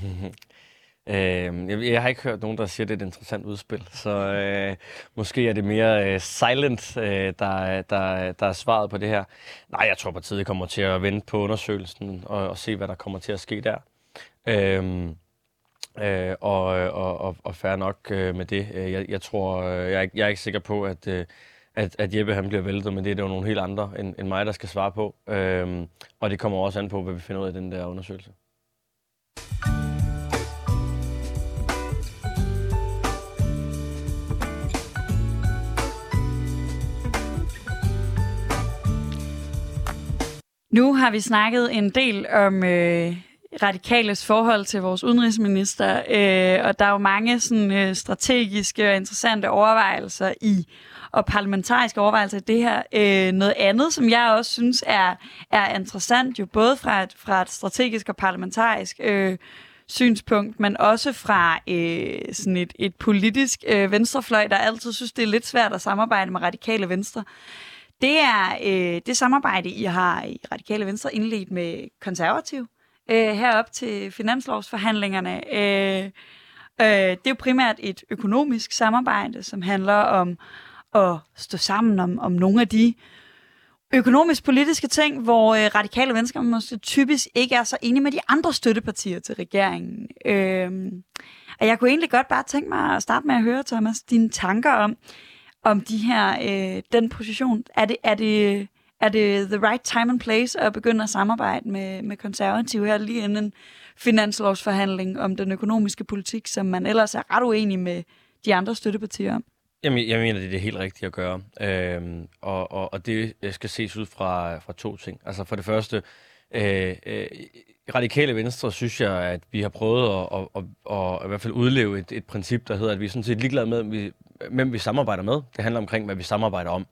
Jeg har ikke hørt nogen, der siger, det er et interessant udspil, så måske er det mere silent, der er svaret på det her. Nej, jeg tror, partiet kommer til at vente på undersøgelsen og se, hvad der kommer til at ske der. Og fair nok med det. Jeg tror, jeg er ikke sikker på, at Jeppe han bliver væltet, men det er jo nogle helt andre end mig, der skal svare på. Og det kommer også an på, hvad vi finder ud af den der undersøgelse. Nu har vi snakket en del om Radikales forhold til vores udenrigsminister, og der er jo mange sådan, strategiske og interessante overvejelser og parlamentariske overvejelser i det her. Noget andet, som jeg også synes er interessant, jo både fra et strategisk og parlamentarisk synspunkt, men også fra sådan et politisk venstrefløj, der altid synes, det er lidt svært at samarbejde med Radikale Venstre. Det er det samarbejde, I har i Radikale Venstre indledt med Konservative. herop til finanslovsforhandlingerne. Det er jo primært et økonomisk samarbejde, som handler om at stå sammen om nogle af de økonomisk-politiske ting, hvor radikale venstre måske typisk ikke er så enige med de andre støttepartier til regeringen. Og jeg kunne egentlig godt bare tænke mig at starte med at høre, Thomas, dine tanker om de her, den position. Er det the right time and place at begynde at samarbejde med konservative her lige inden en finanslovsforhandling om den økonomiske politik, som man ellers er ret uenig med de andre støttepartier om? Jamen, jeg mener, det er det helt rigtige at gøre. Og det skal ses ud fra to ting. Altså for det første, radikale venstre synes jeg, at vi har prøvet at i hvert fald udleve et princip, der hedder, at vi er sådan set ligeglade med, hvem vi samarbejder med. Det handler omkring, hvad vi samarbejder om.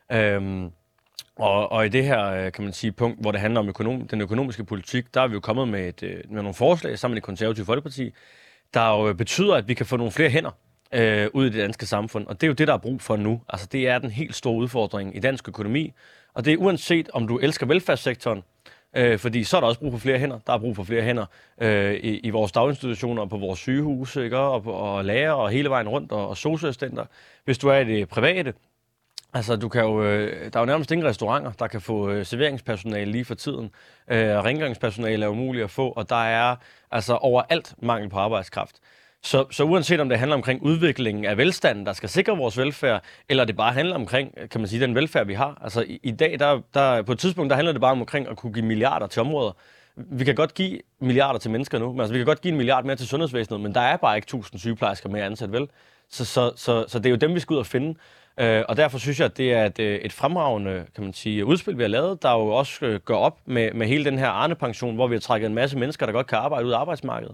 Og i det her, kan man sige, punkt, hvor det handler om den økonomiske politik, der er vi jo kommet med nogle forslag sammen med det konservative Folkeparti, der jo betyder, at vi kan få nogle flere hænder ud i det danske samfund. Og det er jo det, der er brug for nu. Altså, det er den helt store udfordring i dansk økonomi. Og det er uanset, om du elsker velfærdssektoren, fordi så er der også brug for flere hænder. Der er brug for flere hænder i vores daginstitutioner og på vores sygehuse, ikke? Og lærer og hele vejen rundt og sosu-assistenter. Hvis du er i det private, altså du kan jo, der er jo nærmest ingen restauranter, der kan få serveringspersonale lige for tiden. Rengøringspersonale er umuligt at få, og der er altså overalt mangel på arbejdskraft. Så uanset om det handler omkring udviklingen af velstanden, der skal sikre vores velfærd, eller det bare handler omkring, kan man sige, den velfærd, vi har. Altså i dag, der på et tidspunkt, der handler det bare omkring at kunne give milliarder til områder. Vi kan godt give milliarder til mennesker nu, men altså vi kan godt give 1 milliard mere til sundhedsvæsenet, men der er bare ikke 1000 sygeplejersker mere ansat, vel? Så det er jo dem, vi skal ud og finde. Og derfor synes jeg, at det er et fremragende, kan man sige, udspil, vi har lavet, der jo også gør op med hele den her Arne-pension, hvor vi har trækket en masse mennesker, der godt kan arbejde ud af arbejdsmarkedet.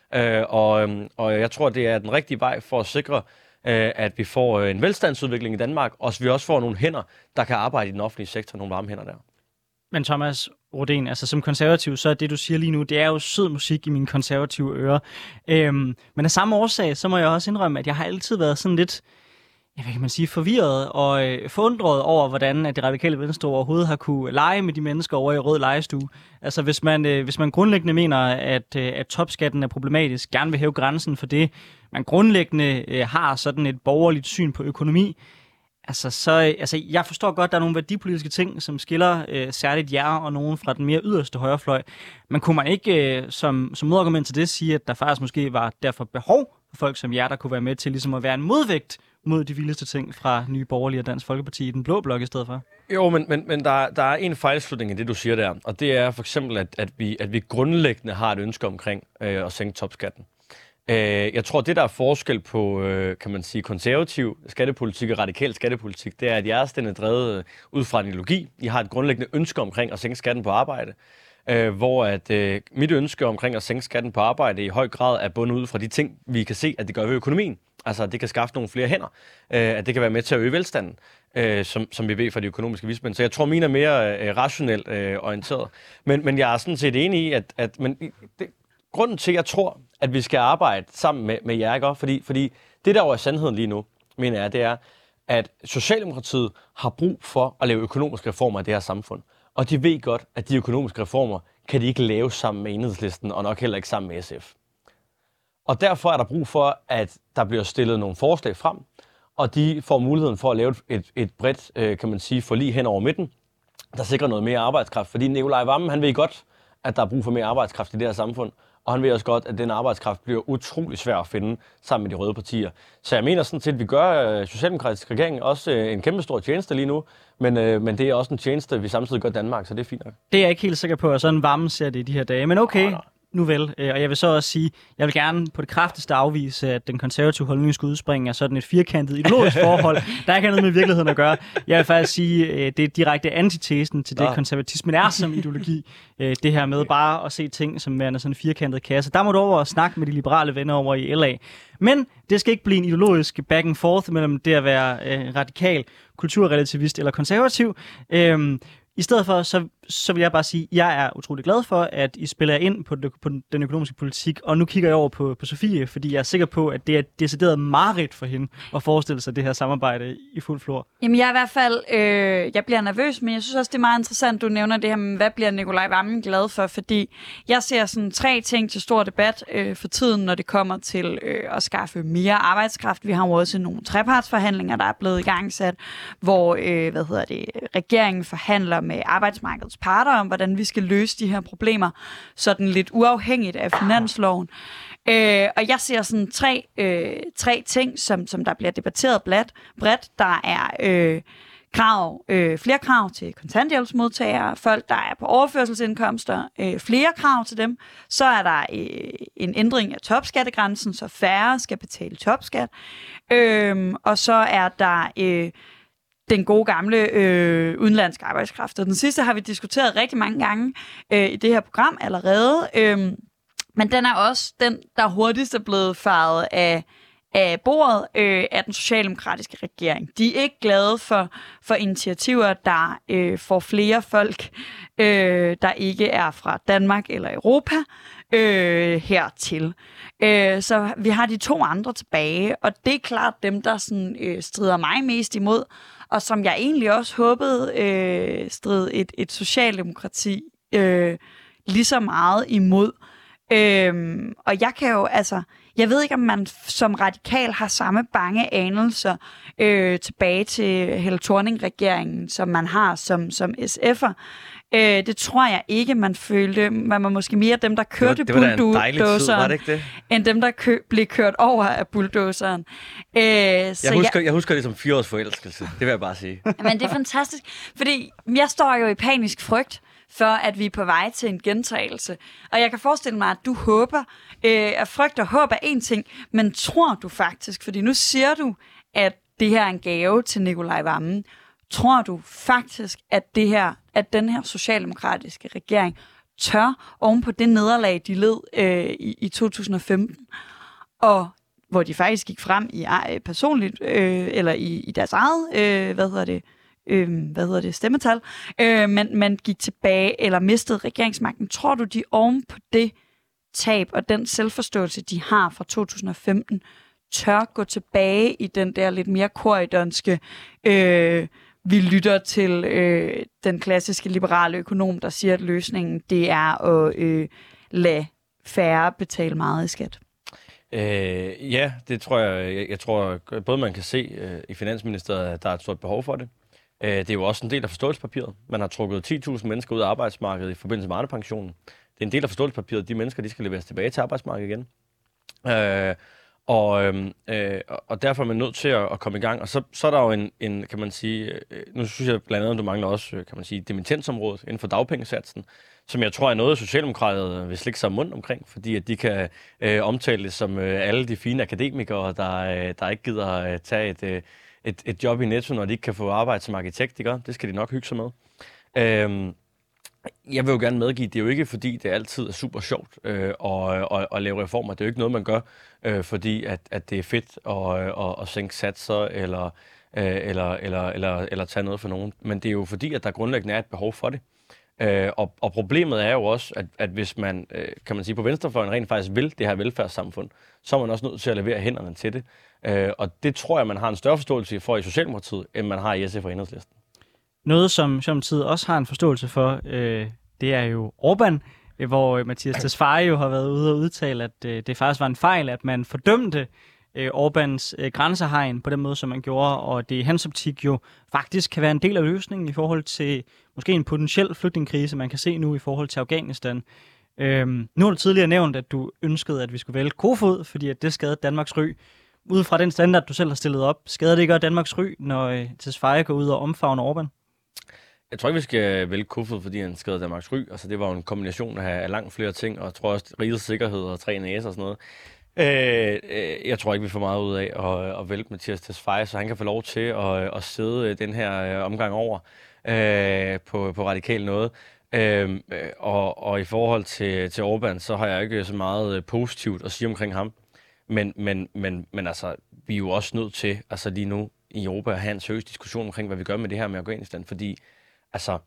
Og jeg tror, det er den rigtige vej for at sikre, at vi får en velstandsudvikling i Danmark, og vi også får nogle hænder, der kan arbejde i den offentlige sektor, nogle varme hænder der. Men Thomas Rodén, altså som konservativ, så er det, du siger lige nu, det er jo sød musik i mine konservative ører. Men af samme årsag, så må jeg også indrømme, at jeg har altid været sådan lidt, hvad kan man sige, forvirret og forundret over, hvordan at det radikale venstre overhovedet har kunne lege med de mennesker over i rød legestue. Altså hvis man grundlæggende mener, at topskatten er problematisk, gerne vil hæve grænsen for det, man grundlæggende har sådan et borgerligt syn på økonomi, altså jeg forstår godt, at der er nogle værdipolitiske ting, som skiller særligt jer og nogen fra den mere yderste højrefløj. Men kunne man ikke som modargument til det sige, at der faktisk måske var derfor behov for folk som jer, der kunne være med til ligesom at være en modvægt mod de vildeste ting fra Nye Borgerlige og Dansk Folkeparti i den blå blok i stedet for? Jo, men der er en fejlslutning i det, du siger der, og det er for eksempel, at vi grundlæggende har et ønske omkring at sænke topskatten. Jeg tror, det der er forskel på, kan man sige, konservativ skattepolitik og radikal skattepolitik, det er, at jeres den er drevet ud fra en ideologi. I har et grundlæggende ønske omkring at sænke skatten på arbejde, hvor at mit ønske omkring at sænke skatten på arbejde i høj grad er bundet ud fra de ting, vi kan se, at det gør ved økonomien. Altså, at det kan skaffe nogle flere hænder, at det kan være med til at øge velstanden, som vi ved fra de økonomiske vismænd. Så jeg tror, mine er mere rationelt orienteret. Men jeg er sådan set enig i, at grunden til, at jeg tror, at vi skal arbejde sammen med jer, ikke? Fordi det, der jo er sandheden lige nu, mener jeg, det er, at Socialdemokratiet har brug for at lave økonomiske reformer i det her samfund. Og de ved godt, at de økonomiske reformer kan de ikke lave sammen med Enhedslisten, og nok heller ikke sammen med SF. Og derfor er der brug for, at der bliver stillet nogle forslag frem, og de får muligheden for at lave et bredt, kan man sige, forlig hen over midten, der sikrer noget mere arbejdskraft. Fordi Nikolaj Wammen, han ved godt, at der er brug for mere arbejdskraft i det her samfund, og han ved også godt, at den arbejdskraft bliver utrolig svær at finde sammen med de røde partier. Så jeg mener sådan set, at vi gør socialdemokratisk regering også en kæmpe stor tjeneste lige nu, men det er også en tjeneste, vi samtidig gør Danmark, så det er fint nok. Det er jeg ikke helt sikker på, at sådan Wammen ser det i de her dage, men okay. Nu vel, og jeg vil så også sige, jeg vil gerne på det kraftigste afvise, at den konservative holdning skulle udspringe af sådan et firkantet ideologisk forhold, der ikke har noget med virkeligheden at gøre. Jeg vil faktisk sige, det er direkte antitesen til det, konservatismen er som ideologi. Det her med bare at se ting som værende sådan en firkantet kasse. Der må du over og snakke med de liberale venner over i LA. Men det skal ikke blive en ideologisk back and forth mellem det at være radikal, kulturrelativist eller konservativ. I stedet for, så vil jeg bare sige, at jeg er utrolig glad for, at I spiller ind på den økonomiske politik, og nu kigger jeg over på Sofie, fordi jeg er sikker på, at det er decideret mareridt for hende at forestille sig det her samarbejde i fuld flor. Jamen jeg er i hvert fald, jeg bliver nervøs, men jeg synes også, det er meget interessant, du nævner det her med, hvad bliver Nicolai Wammen glad for, fordi jeg ser sådan 3 ting til stor debat for tiden, når det kommer til at skaffe mere arbejdskraft. Vi har jo også nogle trepartsforhandlinger, der er blevet igangsat, hvor regeringen forhandler med arbejdsmarkedets parter om, hvordan vi skal løse de her problemer, sådan lidt uafhængigt af finansloven. Og jeg ser sådan 3 ting, som der bliver debatteret bredt. Der er flere krav til kontanthjælpsmodtagere, folk, der er på overførselsindkomster, flere krav til dem. Så er der en ændring af topskattegrænsen, så færre skal betale topskat. Og så er der den gode gamle udenlandske arbejdskraft. Og den sidste har vi diskuteret rigtig mange gange i det her program allerede. Men den er også den, der hurtigst er blevet faret af bordet af den socialdemokratiske regering. De er ikke glade for initiativer, der får flere folk, der ikke er fra Danmark eller Europa, hertil. Så vi har de 2 andre tilbage, og det er klart dem, der sådan, strider mig mest imod, og som jeg egentlig også håbede strid et socialdemokrati lige så meget imod. Og jeg kan jo, jeg ved ikke, om man som radikal har samme bange anelser tilbage til Helle Thorning-regeringen, som man har som SF'er. Det tror jeg ikke, man følte. Man var måske mere dem, der kørte bulldozeren, end dem, der blev kørt over af bulldozeren. Jeg husker det som 4 års forelskelse, det vil jeg bare sige. Men det er fantastisk, fordi jeg står jo i panisk frygt for, at vi er på vej til en gentagelse. Og jeg kan forestille mig, at du håber, at frygt og håb er en ting, men tror du faktisk, fordi nu siger du, at det her er en gave til Nicolai Wammen, tror du faktisk, at den her socialdemokratiske regering tør oven på det nederlag, de led i 2015, og hvor de faktisk gik frem i personligt, eller i deres eget, stemmetal, men gik tilbage eller mistede regeringsmagten. Tror du, de oven på det tab og den selvforståelse, de har fra 2015, tør gå tilbage i den der lidt mere korridonske, vi lytter til den klassiske liberale økonom, der siger, at løsningen det er at lade færre betale meget i skat? Ja, det tror jeg. Jeg tror både man kan se i Finansministeriet, at der er et stort behov for det. Det er jo også en del af forståelsespapiret. Man har trukket 10.000 mennesker ud af arbejdsmarkedet i forbindelse med Arnepensionen. Det er en del af forståelsespapiret. De mennesker, de skal leveres tilbage til arbejdsmarkedet igen. Og derfor er man nødt til at komme i gang. Og så er der jo en kan man sige, nu synes jeg blandt andet, du mangler også, kan man sige, dimittensområdet inden for dagpengesatsen, som jeg tror er noget, Socialdemokraterne vil slikke sig mund omkring, fordi at de kan omtale det som alle de fine akademikere, der ikke gider tage et job i Netto, når de ikke kan få arbejde som arkitekt, ikke? Det skal de nok hygge sig med. Jeg vil jo gerne medgive, det er jo ikke fordi, det altid er super sjovt at lave reformer. Det er jo ikke noget, man gør, fordi at det er fedt at sænke satser eller tage noget for nogen. Men det er jo fordi, at der grundlæggende er et behov for det. Og problemet er jo også, at hvis man, kan man sige, på venstrefløjen rent faktisk vil det her velfærdssamfund, så er man også nødt til at levere hænderne til det. Og det tror jeg, man har en større forståelse for i Socialdemokratiet, end man har i SF og Enhedslisten. Noget, som Socialdemokratiet også har en forståelse for, det er jo Orbán, hvor Mattias Tesfaye jo har været ude og udtale, at det faktisk var en fejl, at man fordømte Orbáns grænsehegn på den måde, som man gjorde, og det i hans optik jo faktisk kan være en del af løsningen i forhold til måske en potentiel flygtningekrise, man kan se nu i forhold til Afghanistan. Nu har du tidligere nævnt, at du ønskede, at vi skulle vælge Kofod, fordi at det skadede Danmarks ry. Ud fra den standard, du selv har stillet op, skader det ikke Danmarks ry, når Tesfaye går ud og omfavner Orbán? Jeg tror ikke, vi skal vælge Kofod, fordi han skadede Danmarks ry. Altså, det var jo en kombination af langt flere ting, og jeg tror også, rigets sikkerhed og 3 næser og sådan noget. Jeg tror ikke, vi får meget ud af at vælge Mattias Tesfaye, så han kan få lov til at sidde den her omgang over på radikal noget. Og i forhold til Orbán, så har jeg ikke så meget positivt at sige omkring ham. Men altså, vi er jo også nødt til altså lige nu i Europa at have en seriøs diskussion omkring, hvad vi gør med det her med Afghanistan, fordi altså,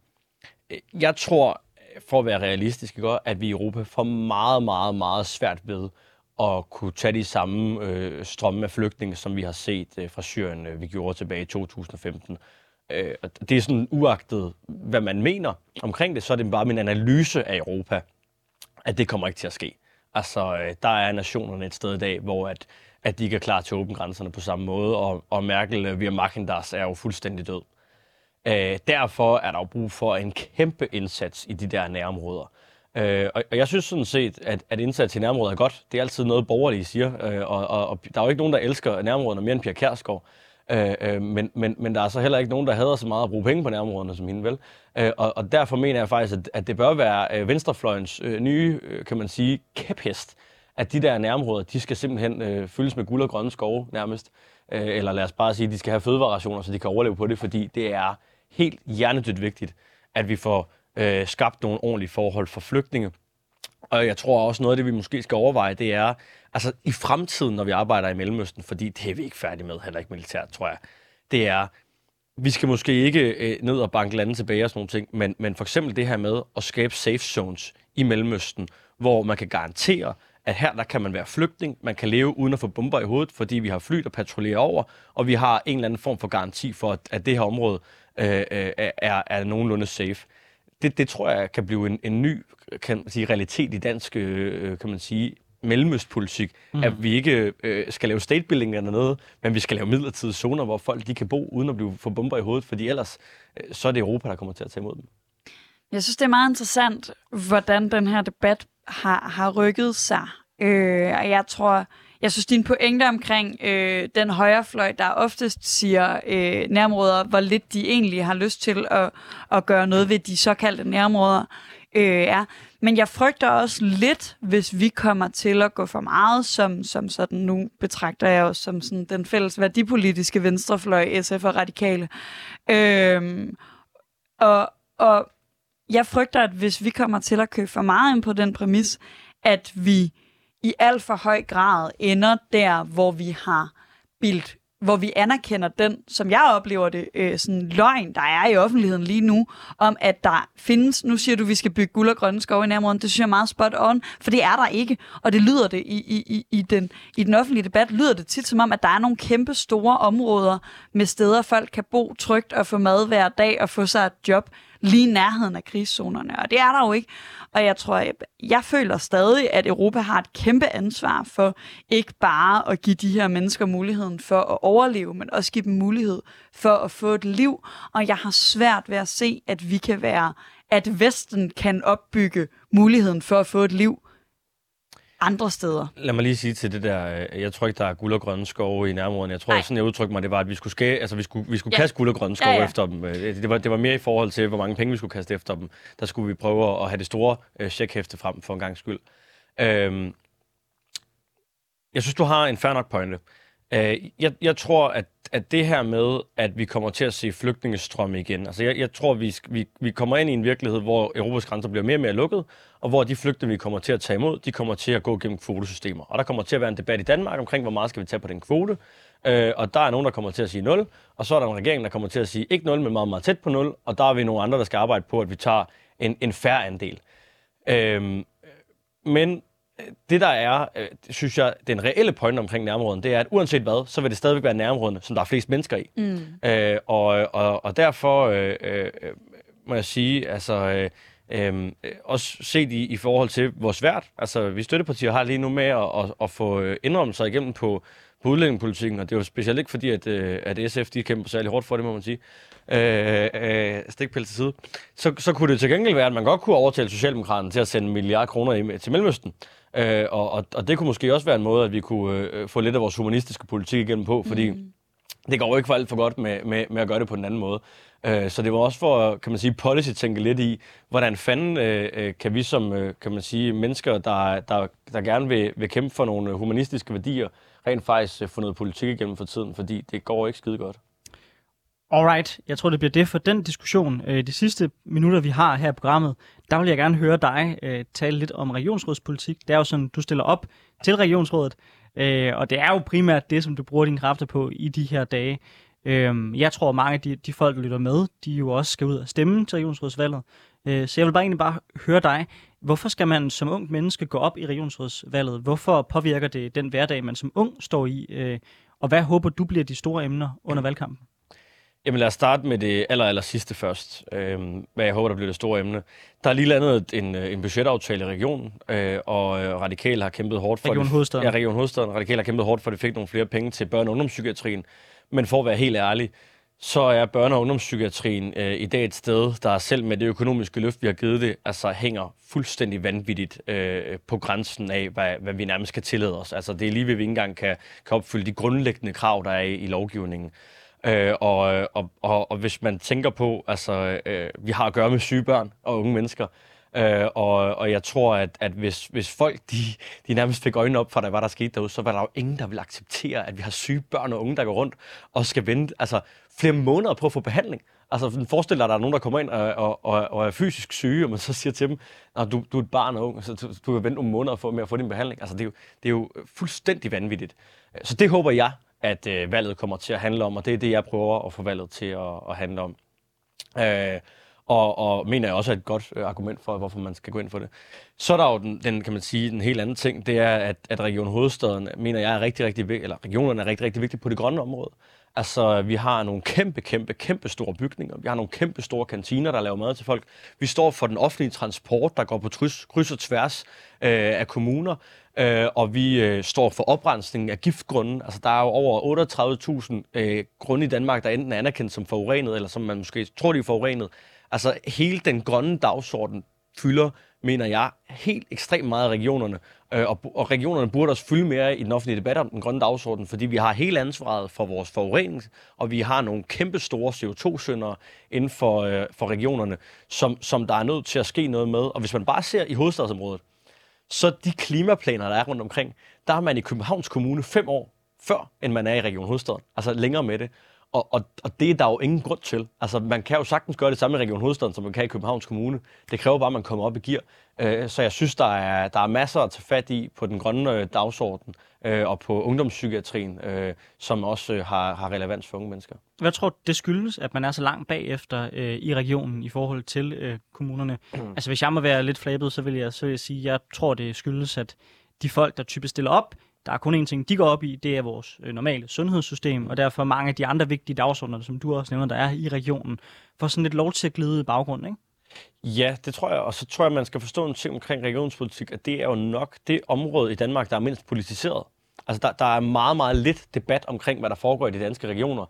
Jeg tror, for at være realistisk, at vi i Europa får meget, meget, meget svært ved at kunne tage de samme strømme af flygtninge, som vi har set fra Syrien, vi gjorde tilbage i 2015. Det er sådan uagtet, hvad man mener omkring det, så er det bare min analyse af Europa, at det kommer ikke til at ske. Altså, der er nationerne et sted i dag, hvor at de ikke er klar til at åbne grænserne på samme måde, og Merkel via Machendars er jo fuldstændig død. Derfor er der jo brug for en kæmpe indsats i de der nærområder. Og jeg synes sådan set, at indsats i nærområder er godt. Det er altid noget, borgerlige siger, og der er jo ikke nogen, der elsker nærområderne mere end Pia Kjærsgaard. Men der er så heller ikke nogen, der hader så meget at bruge penge på nærområderne som hende, vel? Og derfor mener jeg faktisk, at det bør være venstrefløjens nye, kan man sige, kæphest, at de der nærområder, de skal simpelthen fyldes med guld og grønne skove nærmest. Eller lad os bare sige, at de skal have fødevarerationer, så de kan overleve på det, fordi det er helt hjernedødt vigtigt, at vi får skabt nogle ordentlige forhold for flygtninge. Og jeg tror også, noget af det, vi måske skal overveje, det er, altså i fremtiden, når vi arbejder i Mellemøsten, fordi det er vi ikke færdige med, heller ikke militært, tror jeg, det er, vi skal måske ikke ned og banke lande tilbage og sådan nogle ting, men for eksempel det her med at skabe safe zones i Mellemøsten, hvor man kan garantere, at her der kan man være flygtning, man kan leve uden at få bomber i hovedet, fordi vi har fly, der patruljerer over, og vi har en eller anden form for garanti for, at det her område er nogenlunde safe. Det tror jeg kan blive en ny, kan man sige, realitet i dansk, kan man sige, mellemøstpolitik, at vi ikke skal lave statebuilding eller noget, men vi skal lave midlertidige zoner, hvor folk de kan bo uden at få bomber i hovedet, fordi ellers så er det Europa, der kommer til at tage imod dem. Jeg synes, det er meget interessant, hvordan den her debat har rykket sig. Og jeg synes, din pointe omkring den højrefløj, der oftest siger nærområder, hvor lidt de egentlig har lyst til at gøre noget ved de såkaldte nærområder, er. Men jeg frygter også lidt, hvis vi kommer til at gå for meget, som sådan, nu betragter jeg os som sådan den fælles værdipolitiske venstrefløj, SF og Radikale. Og jeg frygter, at hvis vi kommer til at købe for meget ind på den præmis, at vi i alt for høj grad ender der, hvor vi anerkender den, som jeg oplever det, sådan løgn, der er i offentligheden lige nu, om at der findes, nu siger du, vi skal bygge guld og grønne skove i nærområden, det synes jeg er meget spot on, for det er der ikke, og det lyder det i den offentlige debat, lyder det tit som om, at der er nogle kæmpe store områder med steder, folk kan bo trygt og få mad hver dag og få sig et job lige i nærheden af krigszonerne, og det er der jo ikke. Og jeg føler stadig, at Europa har et kæmpe ansvar for ikke bare at give de her mennesker muligheden for at overleve, men også give dem mulighed for at få et liv. Og jeg har svært ved at se, at Vesten kan opbygge muligheden for at få et liv andre steder. Lad mig lige sige til det der, jeg tror ikke, der er guld og grønne skove i nærområderne. Jeg tror, sådan jeg udtrykte mig, det var, at vi skulle kaste guld og grønne skove efter dem. Det var mere i forhold til, hvor mange penge vi skulle kaste efter dem. Der skulle vi prøve at have det store checkhæfte frem for en gang skyld. Jeg synes, du har en fair nok pointe. Jeg tror, at det her med, at vi kommer til at se flygtningestrømme igen, altså jeg tror, vi kommer ind i en virkelighed, hvor Europas grænser bliver mere og mere lukket, og hvor de flygtninge, vi kommer til at tage imod, de kommer til at gå gennem kvotesystemer. Og der kommer til at være en debat i Danmark omkring, hvor meget skal vi tage på den kvote. Og der er nogen, der kommer til at sige 0, og så er der en regering, der kommer til at sige ikke 0, men meget, meget tæt på 0, og der er vi nogle andre, der skal arbejde på, at vi tager en fair andel. Men det der er, synes jeg, den reelle pointe omkring nærområden, det er, at uanset hvad, så vil det stadigvæk være nærområderne, som der er flest mennesker i. Og derfor må jeg sige, altså også set i forhold til, hvor svært, altså vi støttepartier har lige nu med at få indrømmelser igennem på udlændingepolitikken, og det er jo specielt ikke fordi, at SF de kæmper særlig hårdt for det, må man sige. Stikpille til side. Så kunne det til gengæld være, at man godt kunne overtale Socialdemokraterne til at sende 1 milliard kroner til Mellemøsten. Og det kunne måske også være en måde, at vi kunne få lidt af vores humanistiske politik igennem på, fordi det går jo ikke for alt for godt med at gøre det på den anden måde. Så det var også for, kan man sige, policy-tænke lidt i, hvordan fanden kan vi som, kan man sige, mennesker, der gerne vil kæmpe for nogle humanistiske værdier, rent faktisk få noget politik igennem for tiden, fordi det går ikke skide godt. Alright, jeg tror, det bliver det for den diskussion. De sidste minutter, vi har her i programmet, der vil jeg gerne høre dig tale lidt om regionsrådspolitik. Det er jo sådan, du stiller op til regionsrådet, og det er jo primært det, som du bruger dine kræfter på i de her dage. Jeg tror, at mange af de folk, der lytter med, de jo også skal ud og stemme til regionsrådsvalget. Så jeg vil bare høre dig. Hvorfor skal man som ung menneske gå op i regionsrådsvalget? Hvorfor påvirker det den hverdag, man som ung står i? Og hvad håber du bliver de store emner under valgkampen? Jamen lad os starte med det aller sidste først. Hvad jeg håber, der bliver det store emne. Der er lige landet en budgetaftale i regionen, og Radikale har kæmpet hårdt for Region Hovedstaden. Ja, Region Hovedstaden. Radikale har kæmpet hårdt for, at de fik nogle flere penge til børne- og ungdomspsykiatrien. Men for at være helt ærlig, så er børne- og ungdomspsykiatrien i dag et sted, der selv med det økonomiske løft, vi har givet det, altså hænger fuldstændig vanvittigt på grænsen af, hvad vi nærmest kan tillade os. Altså det er lige ved, vi ikke engang kan opfylde de grundlæggende krav, der er i lovgivningen. Og hvis man tænker på, altså vi har at gøre med syge børn og unge mennesker, og jeg tror, at hvis folk de nærmest fik øjnene op for, hvad der skete derude, så var der jo ingen, der vil acceptere, at vi har syge børn og unge, der går rundt og skal vente altså flere måneder på at få behandling. Altså forestil dig, at der er nogen, der kommer ind og er fysisk syge, og man så siger til dem, at du er et barn og ung, så du vil vente nogle måneder med at få din behandling. Altså det er jo fuldstændig vanvittigt. Så det håber jeg, at valget kommer til at handle om, og det er det, jeg prøver at få valget til at handle om. Og mener jeg også er et godt argument for, hvorfor man skal gå ind for det. Så er der jo den kan man sige, den helt anden ting, det er, at Region Hovedstaden, mener jeg, er rigtig vigtig, eller regionerne er rigtig vigtige på det grønne område. Altså, vi har nogle kæmpe store bygninger. Vi har nogle kæmpe store kantiner, der laver mad til folk. Vi står for den offentlige transport, der går på kryds og tværs af kommuner. Og vi står for oprensning af giftgrunden. Altså, der er jo over 38.000 grunde i Danmark, der enten er anerkendt som forurenet, eller som man måske tror, de er forurenet. Altså, hele den grønne dagsorden fylder, mener jeg, helt ekstremt meget af regionerne. Og regionerne burde også fylde mere i den offentlige debat om den grønne dagsorden, fordi vi har hele ansvaret for vores forurening, og vi har nogle kæmpe store CO2-syndere inden for regionerne, som der er nødt til at ske noget med. Og hvis man bare ser i hovedstadsområdet, så de klimaplaner, der er rundt omkring, der er man i Københavns Kommune 5 år før, end man er i Region Hovedstaden. Altså længere med det. Og det er der jo ingen grund til. Altså, man kan jo sagtens gøre det samme i Region Hovedstaden, som man kan i Københavns Kommune. Det kræver bare, at man kommer op i gear. Så jeg synes, der er masser at tage fat i på den grønne dagsorden og på ungdomspsykiatrien, som også har relevans for unge mennesker. Hvad tror du, det skyldes, at man er så langt bagefter i regionen i forhold til kommunerne? Altså, hvis jeg må være lidt flabet, så vil jeg sige, at jeg tror, det skyldes, at de folk, der typisk stiller op, der er kun én ting, de går op i, det er vores normale sundhedssystem, og derfor mange af de andre vigtige dagsordener, som du også nævner, der er i regionen, får sådan lidt lov til at glide i baggrunden, ikke? Ja, det tror jeg, og så tror jeg, man skal forstå en ting omkring regionspolitik, at det er jo nok det område i Danmark, der er mindst politiseret. Altså, der er meget lidt debat omkring, hvad der foregår i de danske regioner,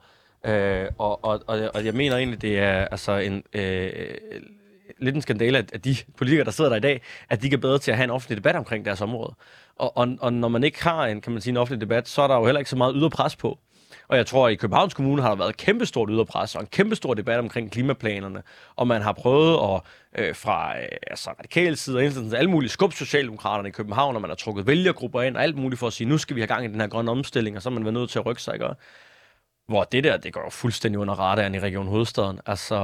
og jeg mener egentlig, det er altså lidt en skandale, at de politikere, der sidder der i dag, at de er bedre til at have en offentlig debat omkring deres område. Og når man ikke har en offentlig debat, så er der jo heller ikke så meget ydre pres på. Og jeg tror, at i Københavns Kommune har der været et kæmpestort ydre pres og en kæmpestor debat omkring klimaplanerne. Og man har prøvet fra radikale side og enhedslisten alle mulige skub socialdemokraterne i København, og man har trukket vælgergrupper ind og alt muligt for at sige, nu skal vi have gang i den her grønne omstilling, og så er man været nødt til at rykke sig, ikke? Hvor det går jo fuldstændig under radaren i Region Hovedstaden.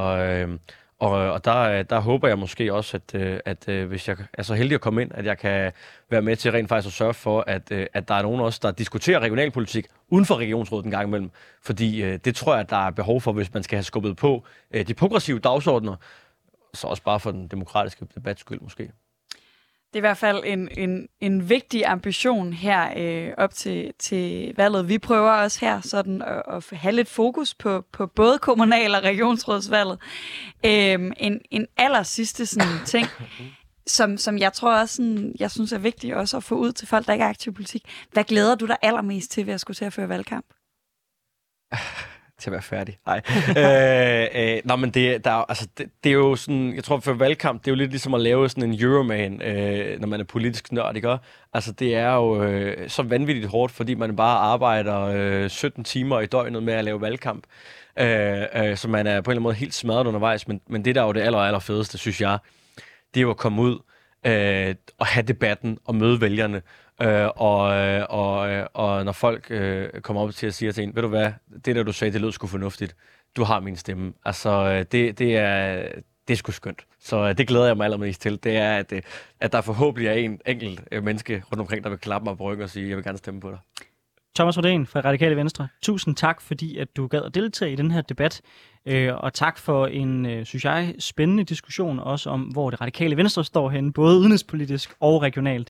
Og der håber jeg måske også, at hvis jeg er så heldig at komme ind, at jeg kan være med til rent faktisk at sørge for, at der er nogen også, der diskuterer regionalpolitik uden for regionsrådet en gang imellem. Fordi det tror jeg, at der er behov for, hvis man skal have skubbet på de progressive dagsordner, så også bare for den demokratiske debats skyld måske. Det er i hvert fald en vigtig ambition her op til valget. Vi prøver også her sådan at have lidt fokus på både kommunal- og regionsrådsvalget. En aller sidste sådan ting, som jeg tror også sådan, jeg synes er vigtigt også at få ud til folk, der ikke er aktiv i politik. Hvad glæder du dig allermest til ved at skulle til at føre valgkamp? Til at være færdig. Nej. Nå, men det er jo sådan, jeg tror for valgkamp, det er jo lidt ligesom at lave sådan en Euroman, når man er politisk nørd, ikke? Altså det er jo så vanvittigt hårdt, fordi man bare arbejder 17 timer i døgnet med at lave valgkamp. Så man er på en eller anden måde helt smadret undervejs, men det der er jo det aller fedeste, synes jeg, det er jo at komme ud og have debatten og møde vælgerne. Og når folk kommer op til at sige til en, ved du hvad, det der du sagde, det lød sgu fornuftigt. Du har min stemme. Altså, det er sgu skønt. Så det glæder jeg mig allermest til. Det er, at der forhåbentlig er en enkelt menneske rundt omkring, der vil klappe mig på ryggen og sige, jeg vil gerne stemme på dig. Thomas Rødén fra Radikale Venstre, tusind tak, fordi at du gad at deltage i den her debat. Og tak for en, synes jeg, spændende diskussion også om, hvor det Radikale Venstre står henne, både udenrigspolitisk og regionalt.